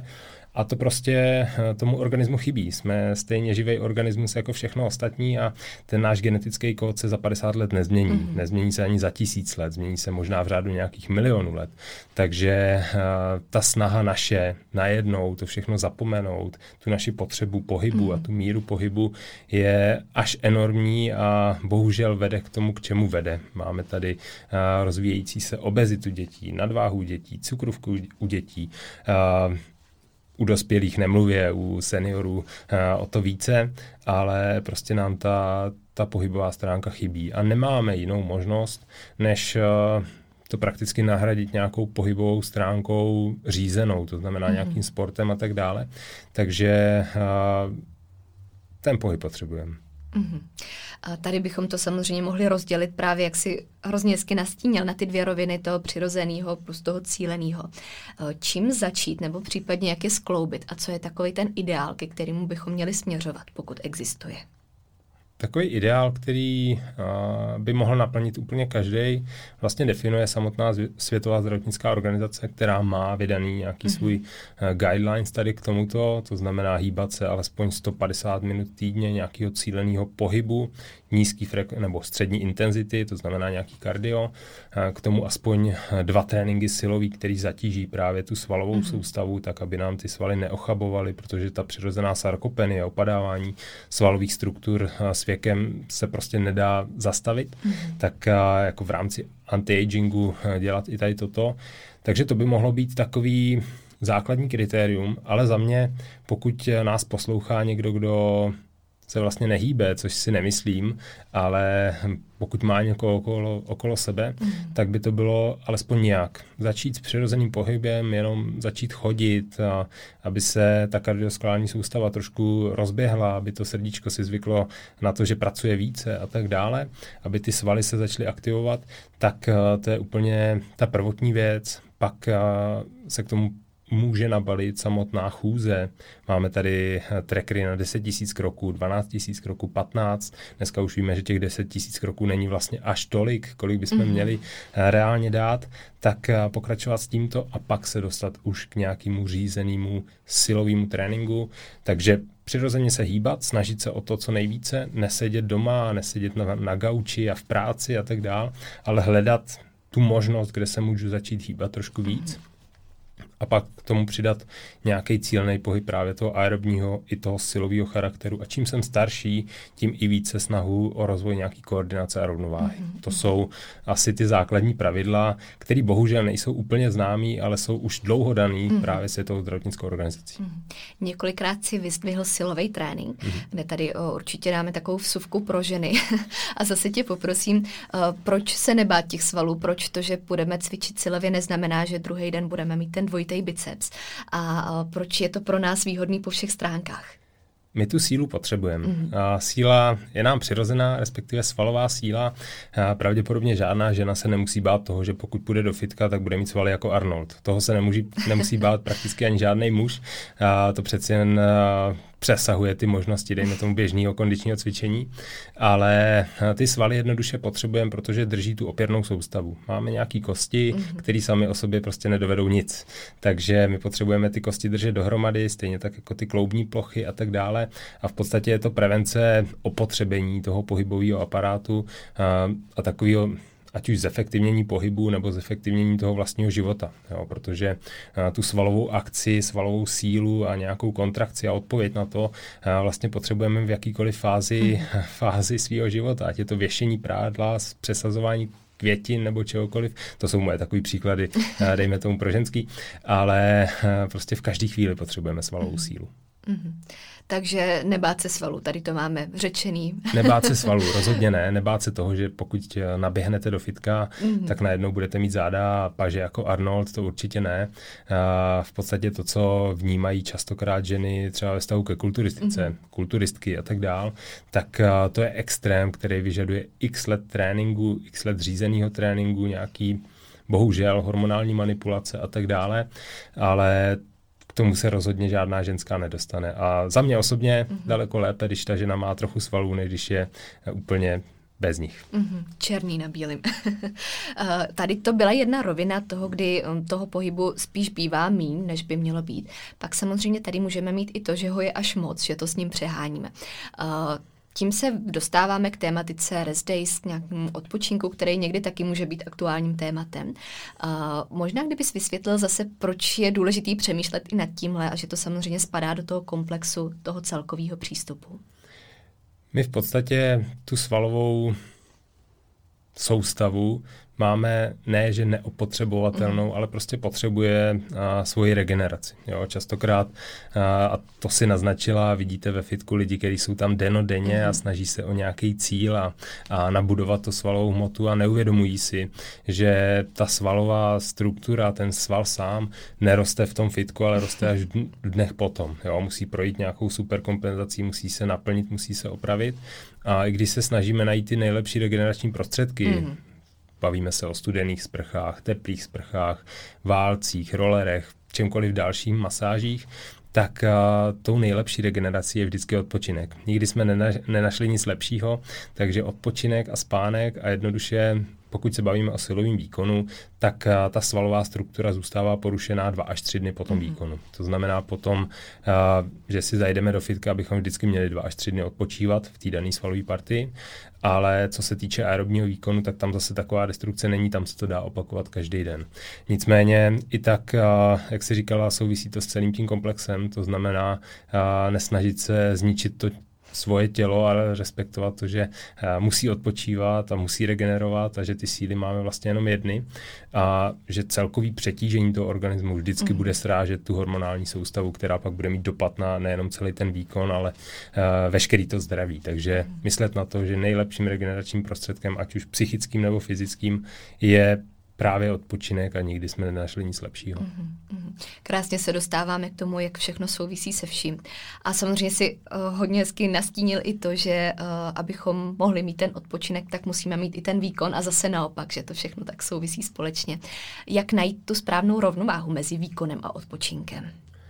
A to prostě tomu organismu chybí. Jsme stejně živý organismus jako všechno ostatní a ten náš genetický kód se za 50 let nezmění. Nezmění se ani za 1000 let, změní se možná v řádu nějakých milionů let. Takže ta snaha naše najednou to všechno zapomenout, tu naši potřebu pohybu a tu míru pohybu je až enormní a bohužel vede k tomu, k čemu vede. Máme tady rozvíjející se obezitu dětí, nadváhu dětí, cukrovku u dětí, u dospělých nemluvě, u seniorů o to více, ale prostě nám ta pohybová stránka chybí. A nemáme jinou možnost, než to prakticky nahradit nějakou pohybovou stránkou řízenou, to znamená nějakým sportem a tak dále. Takže ten pohyb potřebujeme. A tady bychom to samozřejmě mohli rozdělit právě, jak si hrozně hezky nastínil, na ty 2 roviny toho přirozeného plus toho cíleného. Čím začít nebo případně jak je skloubit a co je takový ten ideál, ke kterému bychom měli směřovat, pokud existuje? Takový ideál, který by mohl naplnit úplně každý, vlastně definuje samotná Světová zdravotnická organizace, která má vydaný nějaký svůj guidelines tady k tomuto, to znamená hýbat se alespoň 150 minut týdně nějakého cíleného pohybu, nízký nebo střední intenzity, to znamená nějaký kardio, k tomu aspoň 2 tréninky silový, který zatíží právě tu svalovou soustavu, tak aby nám ty svaly neochabovaly, protože ta přirozená sarkopenie, opadávání svalových struktur s věkem se prostě nedá zastavit, tak jako v rámci anti-agingu dělat i tady toto. Takže to by mohlo být takový základní kritérium, ale za mě, pokud nás poslouchá někdo, kdo se vlastně nehýbe, což si nemyslím, ale pokud má někoho okolo sebe, tak by to bylo alespoň nějak. Začít s přirozeným pohybem, jenom začít chodit, aby se ta kardioskalální soustava trošku rozběhla, aby to srdíčko si zvyklo na to, že pracuje více a tak dále, aby ty svaly se začaly aktivovat, tak to je úplně ta prvotní věc. Pak se k tomu může nabalit samotná chůze. Máme tady trackery na 10 000 kroků, 12 000 kroků, 15. Dneska už víme, že těch 10 000 kroků není vlastně až tolik, kolik bychom měli reálně dát, tak pokračovat s tímto a pak se dostat už k nějakému řízenému silovému tréninku. Takže přirozeně se hýbat, snažit se o to, co nejvíce, nesedět doma, nesedět na gauči a v práci a tak dál, ale hledat tu možnost, kde se můžu začít hýbat trošku víc. A pak k tomu přidat nějaký cílený pohyb právě toho aerobního i toho silového charakteru. A čím jsem starší, tím i více snahu o rozvoj nějaký koordinace a rovnováhy. To jsou asi ty základní pravidla, které bohužel nejsou úplně známý, ale jsou už dlouho daný právě Světovou zdravotnickou organizací. Několikrát si vyzdvihl silový trénink, kde tady určitě dáme takovou vsuvku pro ženy. A zase tě poprosím, proč se nebát těch svalů, proč to, že budeme cvičit silově, neznamená, že druhý den budeme mít ten dvojitý biceps a proč je to pro nás výhodný po všech stránkách? My tu sílu potřebujeme. Síla je nám přirozená, respektive svalová síla. Pravděpodobně žádná žena se nemusí bát toho, že pokud půjde do fitka, tak bude mít svaly jako Arnold. Toho se nemusí bát prakticky ani žádný muž. To přeci jen přesahuje ty možnosti, dejme tomu běžného kondičního cvičení, ale ty svaly jednoduše potřebujeme, protože drží tu opěrnou soustavu. Máme nějaký kosti, které sami o sobě prostě nedovedou nic. Takže my potřebujeme ty kosti držet dohromady, stejně tak jako ty kloubní plochy a tak dále. A v podstatě je to prevence opotřebení toho pohybového aparátu a takového ať už zefektivnění pohybu nebo zefektivnění toho vlastního života. Jo, protože tu svalovou akci, svalovou sílu a nějakou kontrakci a odpověď na to vlastně potřebujeme v jakýkoliv fázi svého života. Ať je to věšení prádla, přesazování květin nebo čehokoliv. To jsou moje takový příklady, dejme tomu pro ženský. Ale prostě v každé chvíli potřebujeme svalovou sílu. Takže nebát se svalů, tady to máme řečený. Nebát se svalů, rozhodně ne. Nebát se toho, že pokud naběhnete do fitka, tak najednou budete mít záda a paže jako Arnold, to určitě ne. V podstatě to, co vnímají častokrát ženy třeba ve vztahu ke kulturistice, kulturistky a tak dál, tak to je extrém, který vyžaduje x let tréninku, x let řízeného tréninku, nějaký bohužel hormonální manipulace a tak dále, ale k tomu se rozhodně žádná ženská nedostane. A za mě osobně daleko lépe, když ta žena má trochu svalů, než když je úplně bez nich. Černý na bílým. Tady to byla jedna rovina toho, kdy toho pohybu spíš bývá míň, než by mělo být. Pak samozřejmě tady můžeme mít i to, že ho je až moc, že to s ním přeháníme. Tím se dostáváme k tématice rest days, k nějakému odpočinku, který někdy taky může být aktuálním tématem. Možná kdybys vysvětlil zase, proč je důležitý přemýšlet i nad tímhle a že to samozřejmě spadá do toho komplexu, toho celkového přístupu. My v podstatě tu svalovou soustavu máme ne, že neopotřebovatelnou, ale prostě potřebuje svoji regeneraci. Jo, častokrát, a to si naznačila, vidíte ve fitku lidi, kteří jsou tam dennodenně a snaží se o nějaký cíl a nabudovat tu svalovou hmotu a neuvědomují si, že ta svalová struktura, ten sval sám neroste v tom fitku, ale roste až v dnech potom. Jo, musí projít nějakou superkompenzací, musí se naplnit, musí se opravit. A i když se snažíme najít ty nejlepší regenerační prostředky, bavíme se o studených sprchách, teplých sprchách, válcích, rolerech, čemkoliv dalším, masážích, tak tou nejlepší regenerací je vždycky odpočinek. Nikdy jsme nenašli nic lepšího, takže odpočinek a spánek a jednoduše, pokud se bavíme o silovém výkonu, tak ta svalová struktura zůstává porušená 2 až 3 dny po tom výkonu. To znamená potom, že si zajdeme do fitka, abychom vždycky měli 2 až 3 dny odpočívat v té dané svalové partii, ale co se týče aerobního výkonu, tak tam zase taková destrukce není, tam se to dá opakovat každý den. Nicméně i tak, jak si říkala, souvisí to s celým tím komplexem, to znamená nesnažit se zničit to svoje tělo, ale respektovat to, že musí odpočívat a musí regenerovat a že ty síly máme vlastně jenom jedny a že celkový přetížení toho organismu vždycky bude srážet tu hormonální soustavu, která pak bude mít dopad na nejenom celý ten výkon, ale veškerý to zdraví. Takže myslet na to, že nejlepším regeneračním prostředkem, ať už psychickým nebo fyzickým, je právě odpočinek a nikdy jsme nenašli nic lepšího. Krásně se dostáváme k tomu, jak všechno souvisí se vším. A samozřejmě si hodně hezky nastínil i to, že abychom mohli mít ten odpočinek, tak musíme mít i ten výkon a zase naopak, že to všechno tak souvisí společně. Jak najít tu správnou rovnováhu mezi výkonem a odpočinkem?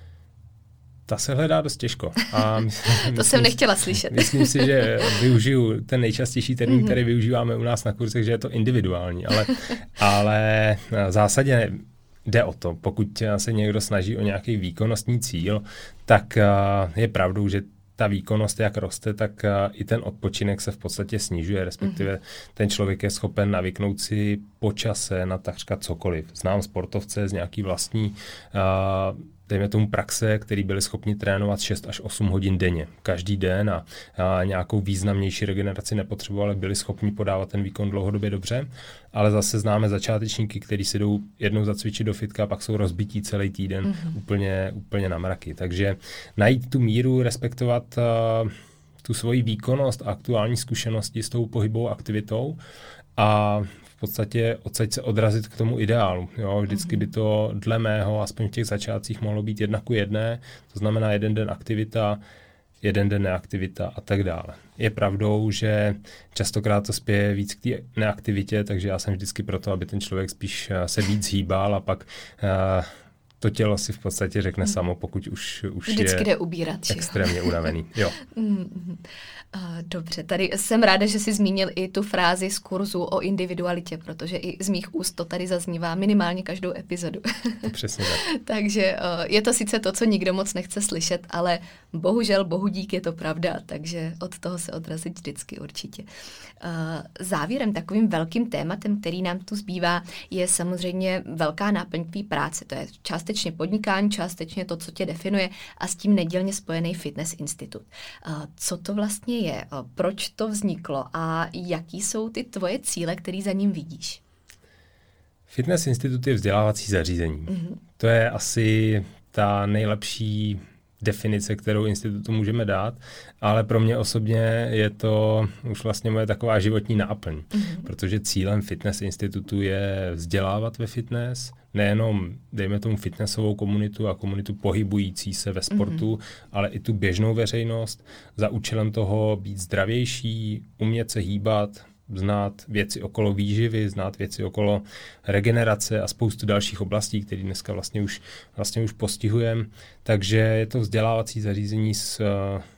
Ta se hledá dost těžko. A to jsem nechtěla slyšet. Myslím si, že využiju ten nejčastější termín, který využíváme u nás na kurzech, že je to individuální, ale v zásadě jde o to, pokud se někdo snaží o nějaký výkonnostní cíl, tak je pravdou, že ta výkonnost, jak roste, tak i ten odpočinek se v podstatě snižuje, respektive ten člověk je schopen navyknout si po čase na takřka cokoliv. Znám sportovce z nějaký vlastní dejme tomu praxe, který byli schopni trénovat 6 až 8 hodin denně, každý den a nějakou významnější regeneraci nepotřebovali, byli schopni podávat ten výkon dlouhodobě dobře, ale zase známe začátečníky, kteří si jdou jednou zacvičit do fitka a pak jsou rozbití celý týden úplně na mraky. Takže najít tu míru, respektovat tu svoji výkonnost a aktuální zkušenosti s tou pohybovou aktivitou a v podstatě odsaď se odrazit k tomu ideálu. Jo? Vždycky by to dle mého, aspoň v těch začátcích, mohlo být 1:1, to znamená 1 den aktivita, 1 den neaktivita a tak dále. Je pravdou, že častokrát to spěje víc k té neaktivitě, takže já jsem vždycky proto, aby ten člověk spíš se víc hýbal a pak to tělo si v podstatě řekne samo, pokud už vždycky jde ubírat, extrémně unavený. Jo. Dobře, tady jsem ráda, že jsi zmínil i tu frázi z kurzu o individualitě, protože i z mých úst to tady zaznívá minimálně každou epizodu. Přesně tak. Takže je to sice to, co nikdo moc nechce slyšet, ale bohužel, bohu dík, je to pravda, takže od toho se odrazit vždycky určitě. Závěrem, takovým velkým tématem, který nám tu zbývá, je samozřejmě velká náplň tvý práce. To je částečně podnikání, částečně to, co tě definuje a s tím nedělně spojený Fitness Institut. Co to vlastně je? Proč to vzniklo a jaký jsou ty tvoje cíle, které za ním vidíš? Fitness Institut je vzdělávací zařízení. To je asi ta nejlepší definice, kterou institutu můžeme dát, ale pro mě osobně je to už vlastně moje taková životní náplň, protože cílem Fitness Institutu je vzdělávat ve fitness, nejenom, dejme tomu, fitnessovou komunitu a komunitu pohybující se ve sportu, ale i tu běžnou veřejnost za účelem toho být zdravější, umět se hýbat, znát věci okolo výživy, znát věci okolo regenerace a spoustu dalších oblastí, které dneska vlastně už postihujeme. Takže je to vzdělávací zařízení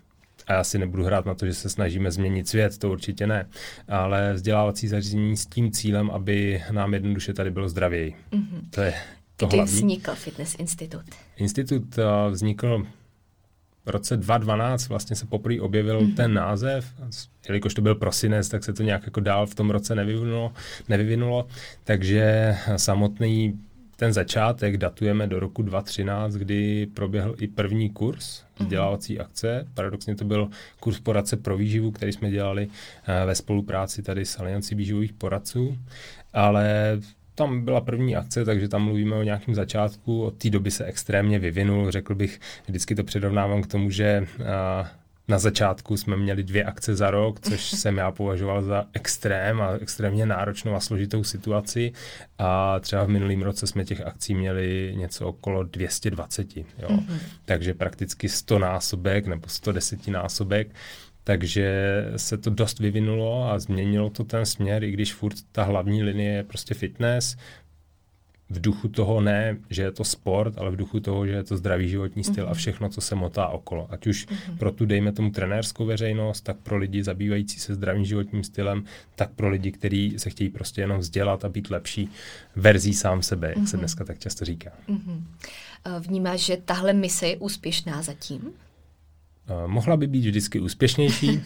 a já si nebudu hrát na to, že se snažíme změnit svět, to určitě ne, ale vzdělávací zařízení s tím cílem, aby nám jednoduše tady bylo zdravěji. To je to Kdy hlavní. vznikl Fitness Institut? Institut vznikl v roce 2012, vlastně se poprvé objevil ten název, jelikož to byl prosinec, tak se to nějak jako dál v tom roce nevyvinulo, takže samotný ten začátek datujeme do roku 2013, kdy proběhl i první kurz vzdělávací akce. Paradoxně to byl kurz poradce pro výživu, který jsme dělali ve spolupráci tady s Aliancí výživových poradců, ale tam byla první akce, takže tam mluvíme o nějakém začátku. Od té doby se extrémně vyvinul. Řekl bych, vždycky to přirovnávám k tomu, že na začátku jsme měli 2 akce za rok, což jsem já považoval za extrém a extrémně náročnou a složitou situaci. A třeba v minulém roce jsme těch akcí měli něco okolo 220. Jo. Takže prakticky 100násobek nebo 110násobek. Takže se to dost vyvinulo a změnilo to ten směr, i když furt ta hlavní linie je prostě fitness. V duchu toho ne, že je to sport, ale v duchu toho, že je to zdravý životní styl a všechno, co se motá okolo. Ať už pro tu, dejme tomu, trenérskou veřejnost, tak pro lidi zabývající se zdravým životním stylem, tak pro lidi, kteří se chtějí prostě jenom vzdělat a být lepší verzí sám sebe, jak se dneska tak často říká. Vnímáš, že tahle mise je úspěšná zatím? Mohla by být vždycky úspěšnější,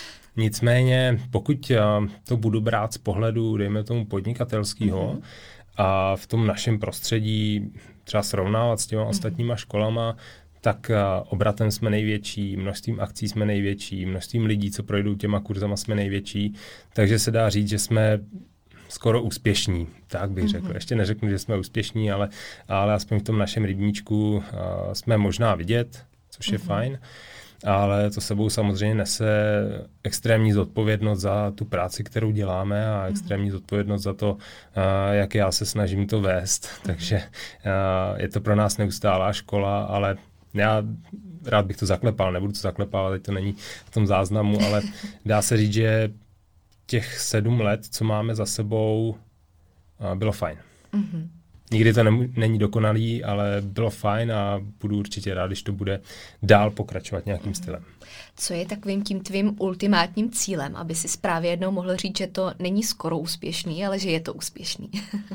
nicméně pokud to budu brát z pohledu, dejme tomu, podnikatelského a v tom našem prostředí třeba srovnávat s těma ostatníma školama, tak obratem jsme největší, množstvím akcí jsme největší, množstvím lidí, co projdou těma kurzama, jsme největší, takže se dá říct, že jsme skoro úspěšní, tak bych řekl. Ještě neřeknu, že jsme úspěšní, ale aspoň v tom našem rybníčku jsme možná vidět, což je fajn, ale to sebou samozřejmě nese extrémní zodpovědnost za tu práci, kterou děláme a extrémní zodpovědnost za to, jak já se snažím to vést. Takže je to pro nás neustálá škola, ale já rád bych to zaklepal, nebudu to zaklepávat, teď to není v tom záznamu, ale dá se říct, že těch 7 let, co máme za sebou, bylo fajn. Nikdy to není dokonalý, ale bylo fajn a budu určitě rád, když to bude dál pokračovat nějakým stylem. Co je takovým tím tvým ultimátním cílem, aby si právě jednou mohl říct, že to není skoro úspěšný, ale že je to úspěšný?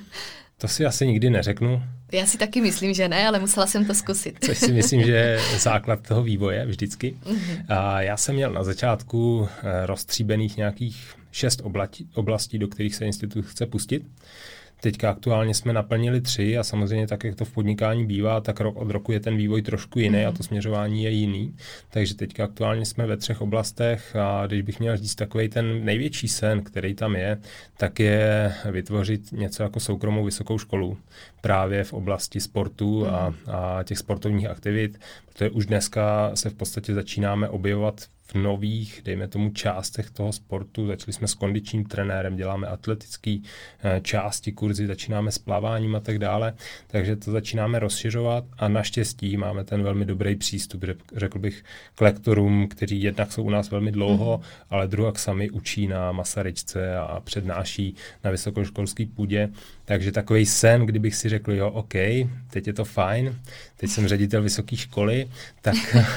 To si asi nikdy neřeknu. Já si taky myslím, že ne, ale musela jsem to zkusit. Což si myslím, že je základ toho vývoje vždycky. A já jsem měl na začátku roztříbených nějakých 6 oblastí, do kterých se institut chce pustit. Teďka aktuálně jsme naplnili 3 a samozřejmě tak, jak to v podnikání bývá, tak rok od roku je ten vývoj trošku jiný a to směřování je jiný. Takže teďka aktuálně jsme ve 3 oblastech a když bych měl říct takovej ten největší sen, který tam je, tak je vytvořit něco jako soukromou vysokou školu právě v oblasti sportu a těch sportovních aktivit, protože už dneska se v podstatě začínáme objevovat v nových, dejme tomu, částech toho sportu. Začali jsme s kondičním trenérem, děláme atletické části, kurzy, začínáme s plaváním a tak dále. Takže to začínáme rozšiřovat a naštěstí máme ten velmi dobrý přístup, řekl bych, k lektorům, kteří jednak jsou u nás velmi dlouho, ale druhak sami učí na Masaryčce a přednáší na vysokoškolské půdě. Takže takový sen, kdybych si řekl, jo, OK, teď je to fajn, teď jsem ředitel vysoké školy, tak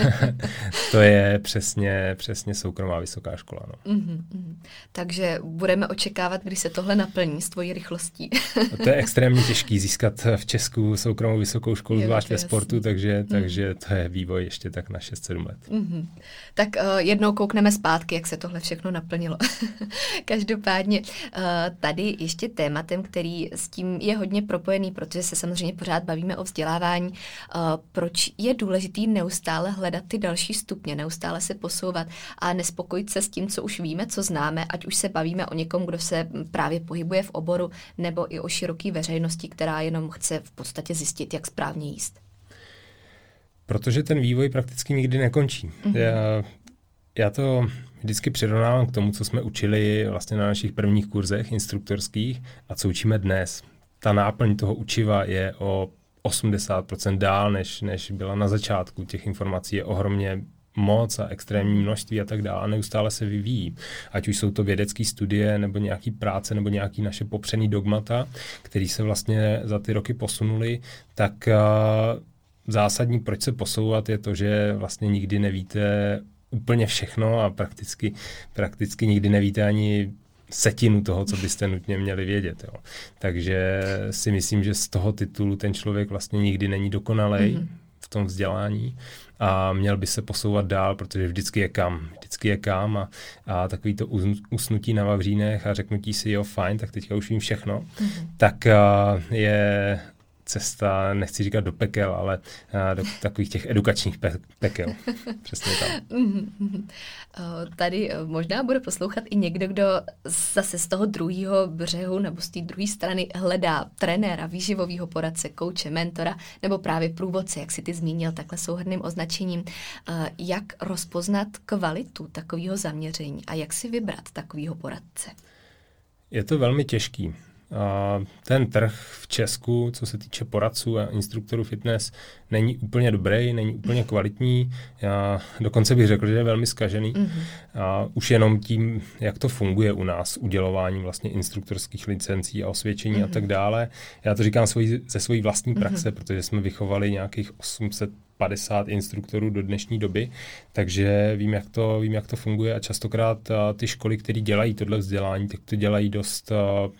to je přesně soukromá vysoká škola. No. Takže budeme očekávat, kdy se tohle naplní s tvojí rychlostí. To je extrémně těžký získat v Česku soukromou vysokou školu, zvlášť ve sportu, takže to je vývoj ještě tak na 6-7 let. Tak jednou koukneme zpátky, jak se tohle všechno naplnilo. Každopádně tady ještě tématem, který s tím je hodně propojený, protože se samozřejmě pořád bavíme o vzdělávání. Proč je důležitý neustále hledat ty další stupně, neustále se posouvat a nespokojit se s tím, co už víme, co známe, ať už se bavíme o někom, kdo se právě pohybuje v oboru, nebo i o široké veřejnosti, která jenom chce v podstatě zjistit, jak správně jíst. Protože ten vývoj prakticky nikdy nekončí. Já to vždycky přirovnávám k tomu, co jsme učili vlastně na našich prvních kurzech instruktorských a co učíme dnes. Ta náplň toho učiva je o 80% dál, než byla na začátku. Těch informací je ohromně moc a extrémní množství a tak dále. Neustále se vyvíjí. Ať už jsou to vědecké studie, nebo nějaký práce, nebo nějaký naše popřený dogmata, které se vlastně za ty roky posunuly, tak zásadní, proč se posouvat, je to, že vlastně nikdy nevíte, úplně všechno a prakticky nikdy nevíte ani setinu toho, co byste nutně měli vědět. Jo. Takže si myslím, že z toho titulu ten člověk vlastně nikdy není dokonalej v tom vzdělání a měl by se posouvat dál, protože vždycky je kam a takový to usnutí na vavřínech a řeknutí si, jo, fajn, tak teďka už vím všechno, tak je cesta, nechci říkat do pekel, ale do takových těch edukačních pekel. Přesně tak. Tady možná bude poslouchat i někdo, kdo zase z toho druhého břehu nebo z té druhé strany hledá trenéra, výživového poradce, kouče, mentora nebo právě průvodce, jak si ty zmínil takhle souhrnným označením. Jak rozpoznat kvalitu takového zaměření a jak si vybrat takového poradce? Je to velmi těžký. Ten trh v Česku, co se týče poradců a instruktorů fitness, není úplně dobrý, není úplně kvalitní. Já dokonce bych řekl, že je velmi zkažený. Už jenom tím, jak to funguje u nás, udělování vlastně instruktorských licencí a osvědčení a tak dále. Já to říkám ze svojí vlastní praxe, protože jsme vychovali nějakých 850 instruktorů do dnešní doby, takže vím, jak to funguje a častokrát ty školy, které dělají tohle vzdělání, tak to dělají dost,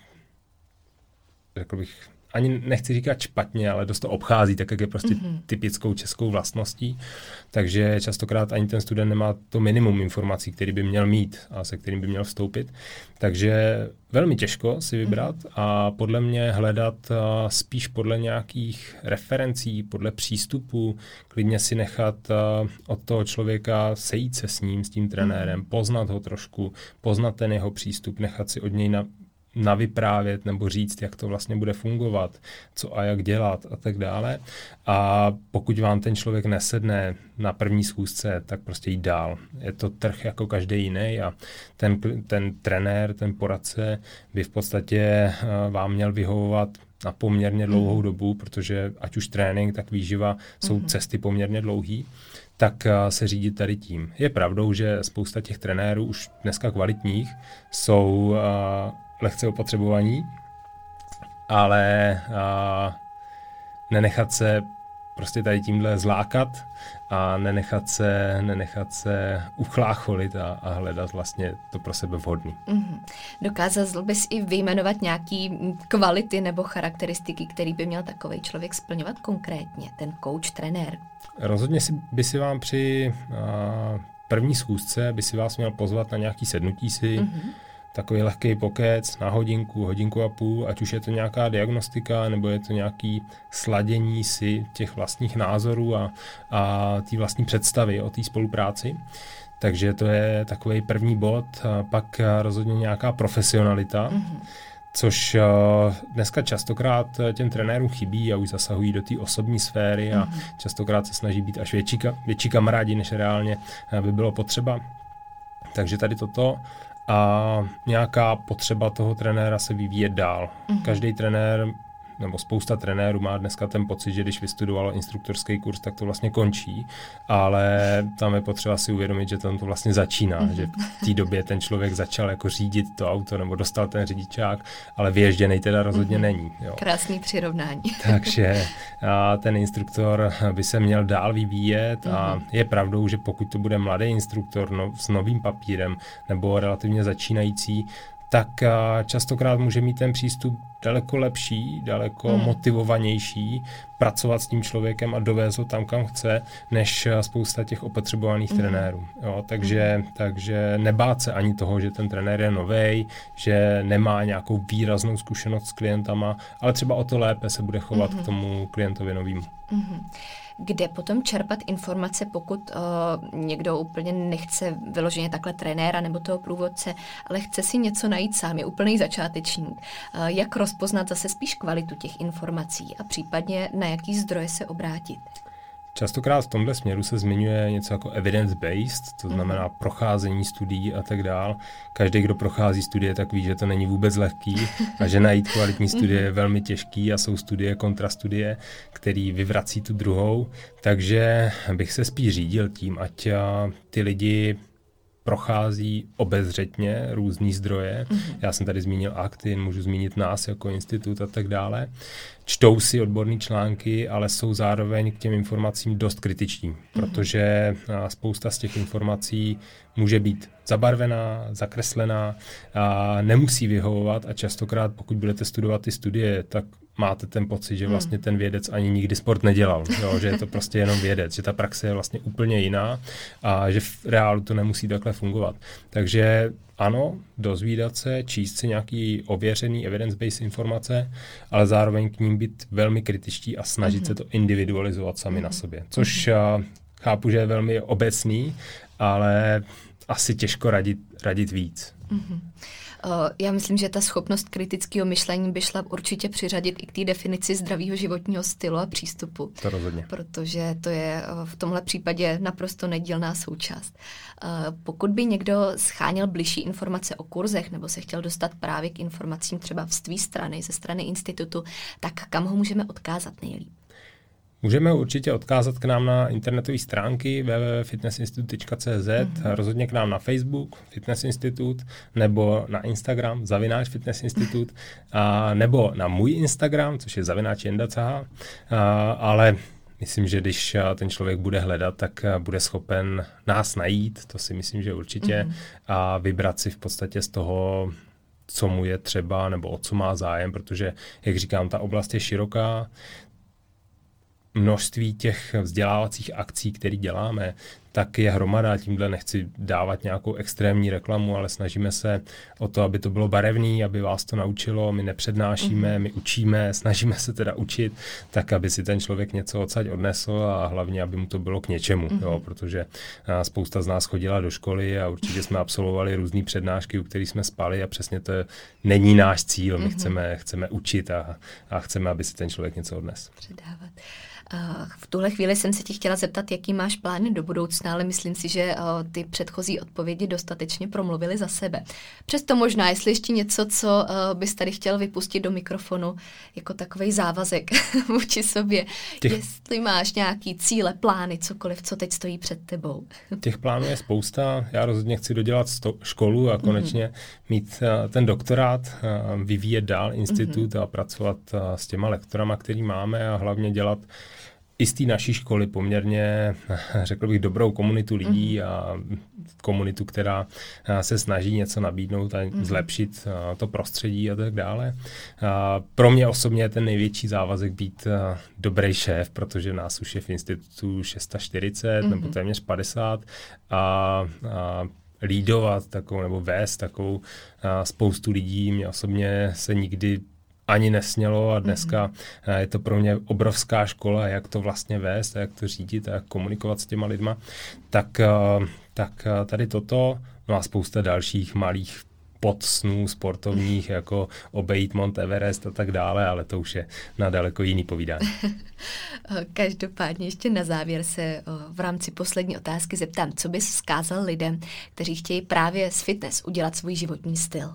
řekl bych, ani nechci říkat špatně, ale dost to obchází, tak jak je prostě typickou českou vlastností. Takže častokrát ani ten student nemá to minimum informací, který by měl mít a se kterým by měl vstoupit. Takže velmi těžko si vybrat a podle mě hledat spíš podle nějakých referencí, podle přístupu, klidně si nechat od toho člověka sejít se s ním, s tím trenérem, poznat ho trošku, poznat ten jeho přístup, nechat si od něj navyprávět nebo říct, jak to vlastně bude fungovat, co a jak dělat a tak dále. A pokud vám ten člověk nesedne na první schůzce, tak prostě jít dál. Je to trh jako každý jiný a ten trenér, ten poradce by v podstatě vám měl vyhovovat na poměrně dlouhou dobu, protože ať už trénink, tak výživa jsou cesty poměrně dlouhý, tak se řídit tady tím. Je pravdou, že spousta těch trenérů už dneska kvalitních jsou lehce opotřebovaní, ale nenechat se prostě tady tímhle zlákat a nenechat se uchlácholit a hledat vlastně to pro sebe vhodný. Dokázal bys i vyjmenovat nějaký kvality nebo charakteristiky, který by měl takovej člověk splňovat konkrétně, ten coach, trenér? Rozhodně by si vám při první schůzce by si vás měl pozvat na nějaký sednutí si, takový lehký pokec na hodinku a půl, ať už je to nějaká diagnostika, nebo je to nějaký sladění si těch vlastních názorů a té vlastní představy o té spolupráci. Takže to je takový první bod. Pak rozhodně nějaká profesionalita, což dneska častokrát těm trenérům chybí a už zasahují do té osobní sféry a častokrát se snaží být až větší kamarádi, než reálně by bylo potřeba. Takže tady toto. A nějaká potřeba toho trenéra se vyvíjet dál. Každý trenér, nebo spousta trenérů má dneska ten pocit, že když vystudovalo instruktorský kurz, tak to vlastně končí, ale tam je potřeba si uvědomit, že tam to vlastně začíná, že v té době ten člověk začal jako řídit to auto, nebo dostal ten řidičák, ale vyježděnej teda rozhodně není. Jo. Krásný přirovnání. Takže ten instruktor by se měl dál vyvíjet a je pravdou, že pokud to bude mladý instruktor s novým papírem nebo relativně začínající, tak častokrát může mít ten přístup daleko lepší, daleko motivovanější, pracovat s tím člověkem a dovést ho tam, kam chce, než spousta těch opotřebovaných trenérů. Jo, takže nebát se ani toho, že ten trenér je novej, že nemá nějakou výraznou zkušenost s klientama, ale třeba o to lépe se bude chovat k tomu klientovi novému. Kde potom čerpat informace, pokud někdo úplně nechce vyloženě takhle trenéra nebo toho průvodce, ale chce si něco najít sám, je úplný začátečník. Jak rozpoznat zase spíš kvalitu těch informací a případně na jaký zdroje se obrátit? Častokrát v tomhle směru se zmiňuje něco jako evidence-based, to znamená procházení studií a tak dál. Každý, kdo prochází studie, tak ví, že to není vůbec lehký a že najít kvalitní studie je velmi těžký a jsou studie, kontrastudie, který vyvrací tu druhou. Takže bych se spíš řídil tím, ať ty lidi prochází obezřetně různý zdroje. Já jsem tady zmínil Actin, můžu zmínit nás jako institut a tak dále. Čtou si odborné články, ale jsou zároveň k těm informacím dost kritiční, protože spousta z těch informací může být zabarvená, zakreslená a nemusí vyhovovat a častokrát, pokud budete studovat ty studie, tak máte ten pocit, že vlastně ten vědec ani nikdy sport nedělal, jo, že je to prostě jenom vědec, že ta praxe je vlastně úplně jiná a že v reálu to nemusí takhle fungovat. Takže ano, dozvídat se, číst si nějaký ověřený evidence-based informace, ale zároveň k ním být velmi kritičtí a snažit se to individualizovat sami na sobě, což chápu, že je velmi obecný, ale asi těžko radit víc. Já myslím, že ta schopnost kritického myšlení by šla určitě přiřadit i k té definici zdravého životního stylu a přístupu. To rozhodně. Protože to je v tomhle případě naprosto nedílná součást. Pokud by někdo scháněl bližší informace o kurzech nebo se chtěl dostat právě k informacím třeba z tvý strany, ze strany institutu, tak kam ho můžeme odkázat nejlíp? Můžeme určitě odkázat k nám na internetové stránky www.fitnessinstitut.cz, rozhodně k nám na Facebook Fitness Institut, nebo na Instagram @fitnessinstitut, nebo na můj Instagram, což je @jenda.ch, ale myslím, že když ten člověk bude hledat, tak bude schopen nás najít, to si myslím, že určitě, a vybrat si v podstatě z toho, co mu je třeba, nebo o co má zájem, protože, jak říkám, ta oblast je široká. Množství těch vzdělávacích akcí, které děláme, tak je hromada. Tímhle nechci dávat nějakou extrémní reklamu, ale snažíme se o to, aby to bylo barevný, aby vás to naučilo. My nepřednášíme, my učíme, snažíme se teda učit, tak aby si ten člověk něco odsaď odnesl a hlavně, aby mu to bylo k něčemu. Jo, protože spousta z nás chodila do školy a určitě jsme absolvovali různé přednášky, u kterých jsme spali a přesně to není náš cíl. My chceme učit a chceme, aby si ten člověk něco odnesl. Předávat. V tuhle chvíli jsem se tě chtěla zeptat, jaký máš plány do budoucna, ale myslím si, že ty předchozí odpovědi dostatečně promluvily za sebe. Přesto možná, jestli ještě něco, co bys tady chtěl vypustit do mikrofonu jako takovej závazek vůči sobě. Jestli máš nějaký cíle, plány, cokoliv, co teď stojí před tebou. Těch plánů je spousta. Já rozhodně chci dodělat školu a konečně mít ten doktorát, vyvíjet dál institut a pracovat s těma lektorama, který máme a hlavně dělat i z té naší školy poměrně, řekl bych, dobrou komunitu lidí a komunitu, která se snaží něco nabídnout a zlepšit to prostředí a tak dále. Pro mě osobně je ten největší závazek být dobrý šéf, protože nás už je v institutu 640 nebo téměř 50 a lídovat takovou nebo vést takovou spoustu lidí. Mě osobně se nikdy ani nesnělo a dneska je to pro mě obrovská škola, jak to vlastně vést a jak to řídit a jak komunikovat s těma lidma. Tak tady toto, no a spousta dalších malých podsnů sportovních, jako obejít Mount Everest a tak dále, ale to už je na daleko jiný povídání. Každopádně ještě na závěr se v rámci poslední otázky zeptám, co bys vzkázal lidem, kteří chtějí právě z fitness udělat svůj životní styl?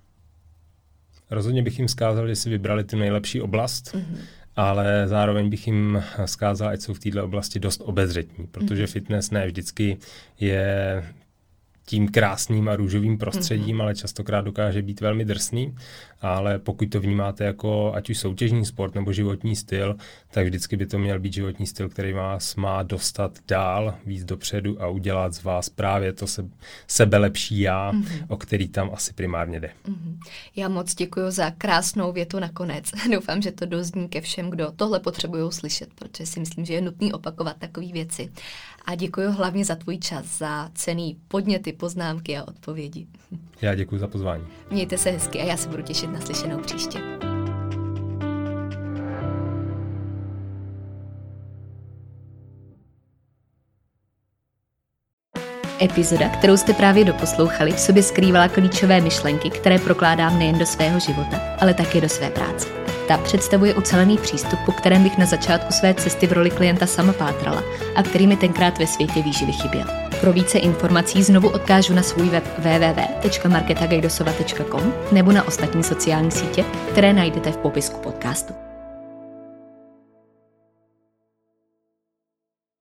Rozhodně bych jim vzkázal, že si vybrali tu nejlepší oblast, ale zároveň bych jim vzkázal, ať jsou v této oblasti dost obezřetní, protože fitness ne vždycky je tím krásným a růžovým prostředím, ale častokrát dokáže být velmi drsný, ale pokud to vnímáte jako ať už soutěžní sport nebo životní styl, tak vždycky by to měl být životní styl, který vás má dostat dál, víc dopředu a udělat z vás právě to sebelepší já, o který tam asi primárně jde. Já moc děkuji za krásnou větu nakonec. Doufám, že to dozní ke všem, kdo tohle potřebují slyšet, protože si myslím, že je nutný opakovat takové věci. A děkuji hlavně za tvůj čas, za cenný podněty, poznámky a odpovědi. Já děkuji za pozvání. Mějte se hezky a já se budu těšit na slyšenou příště. Epizoda, kterou jste právě doposlouchali, v sobě skrývala klíčové myšlenky, které prokládám nejen do svého života, ale také do své práce. Ta představuje ucelený přístup, po kterém bych na začátku své cesty v roli klienta sama pátrala a který mi tenkrát ve světě výživy chyběl. Pro více informací znovu odkážu na svůj web www.marketagajdosova.com nebo na ostatní sociální sítě, které najdete v popisku podcastu.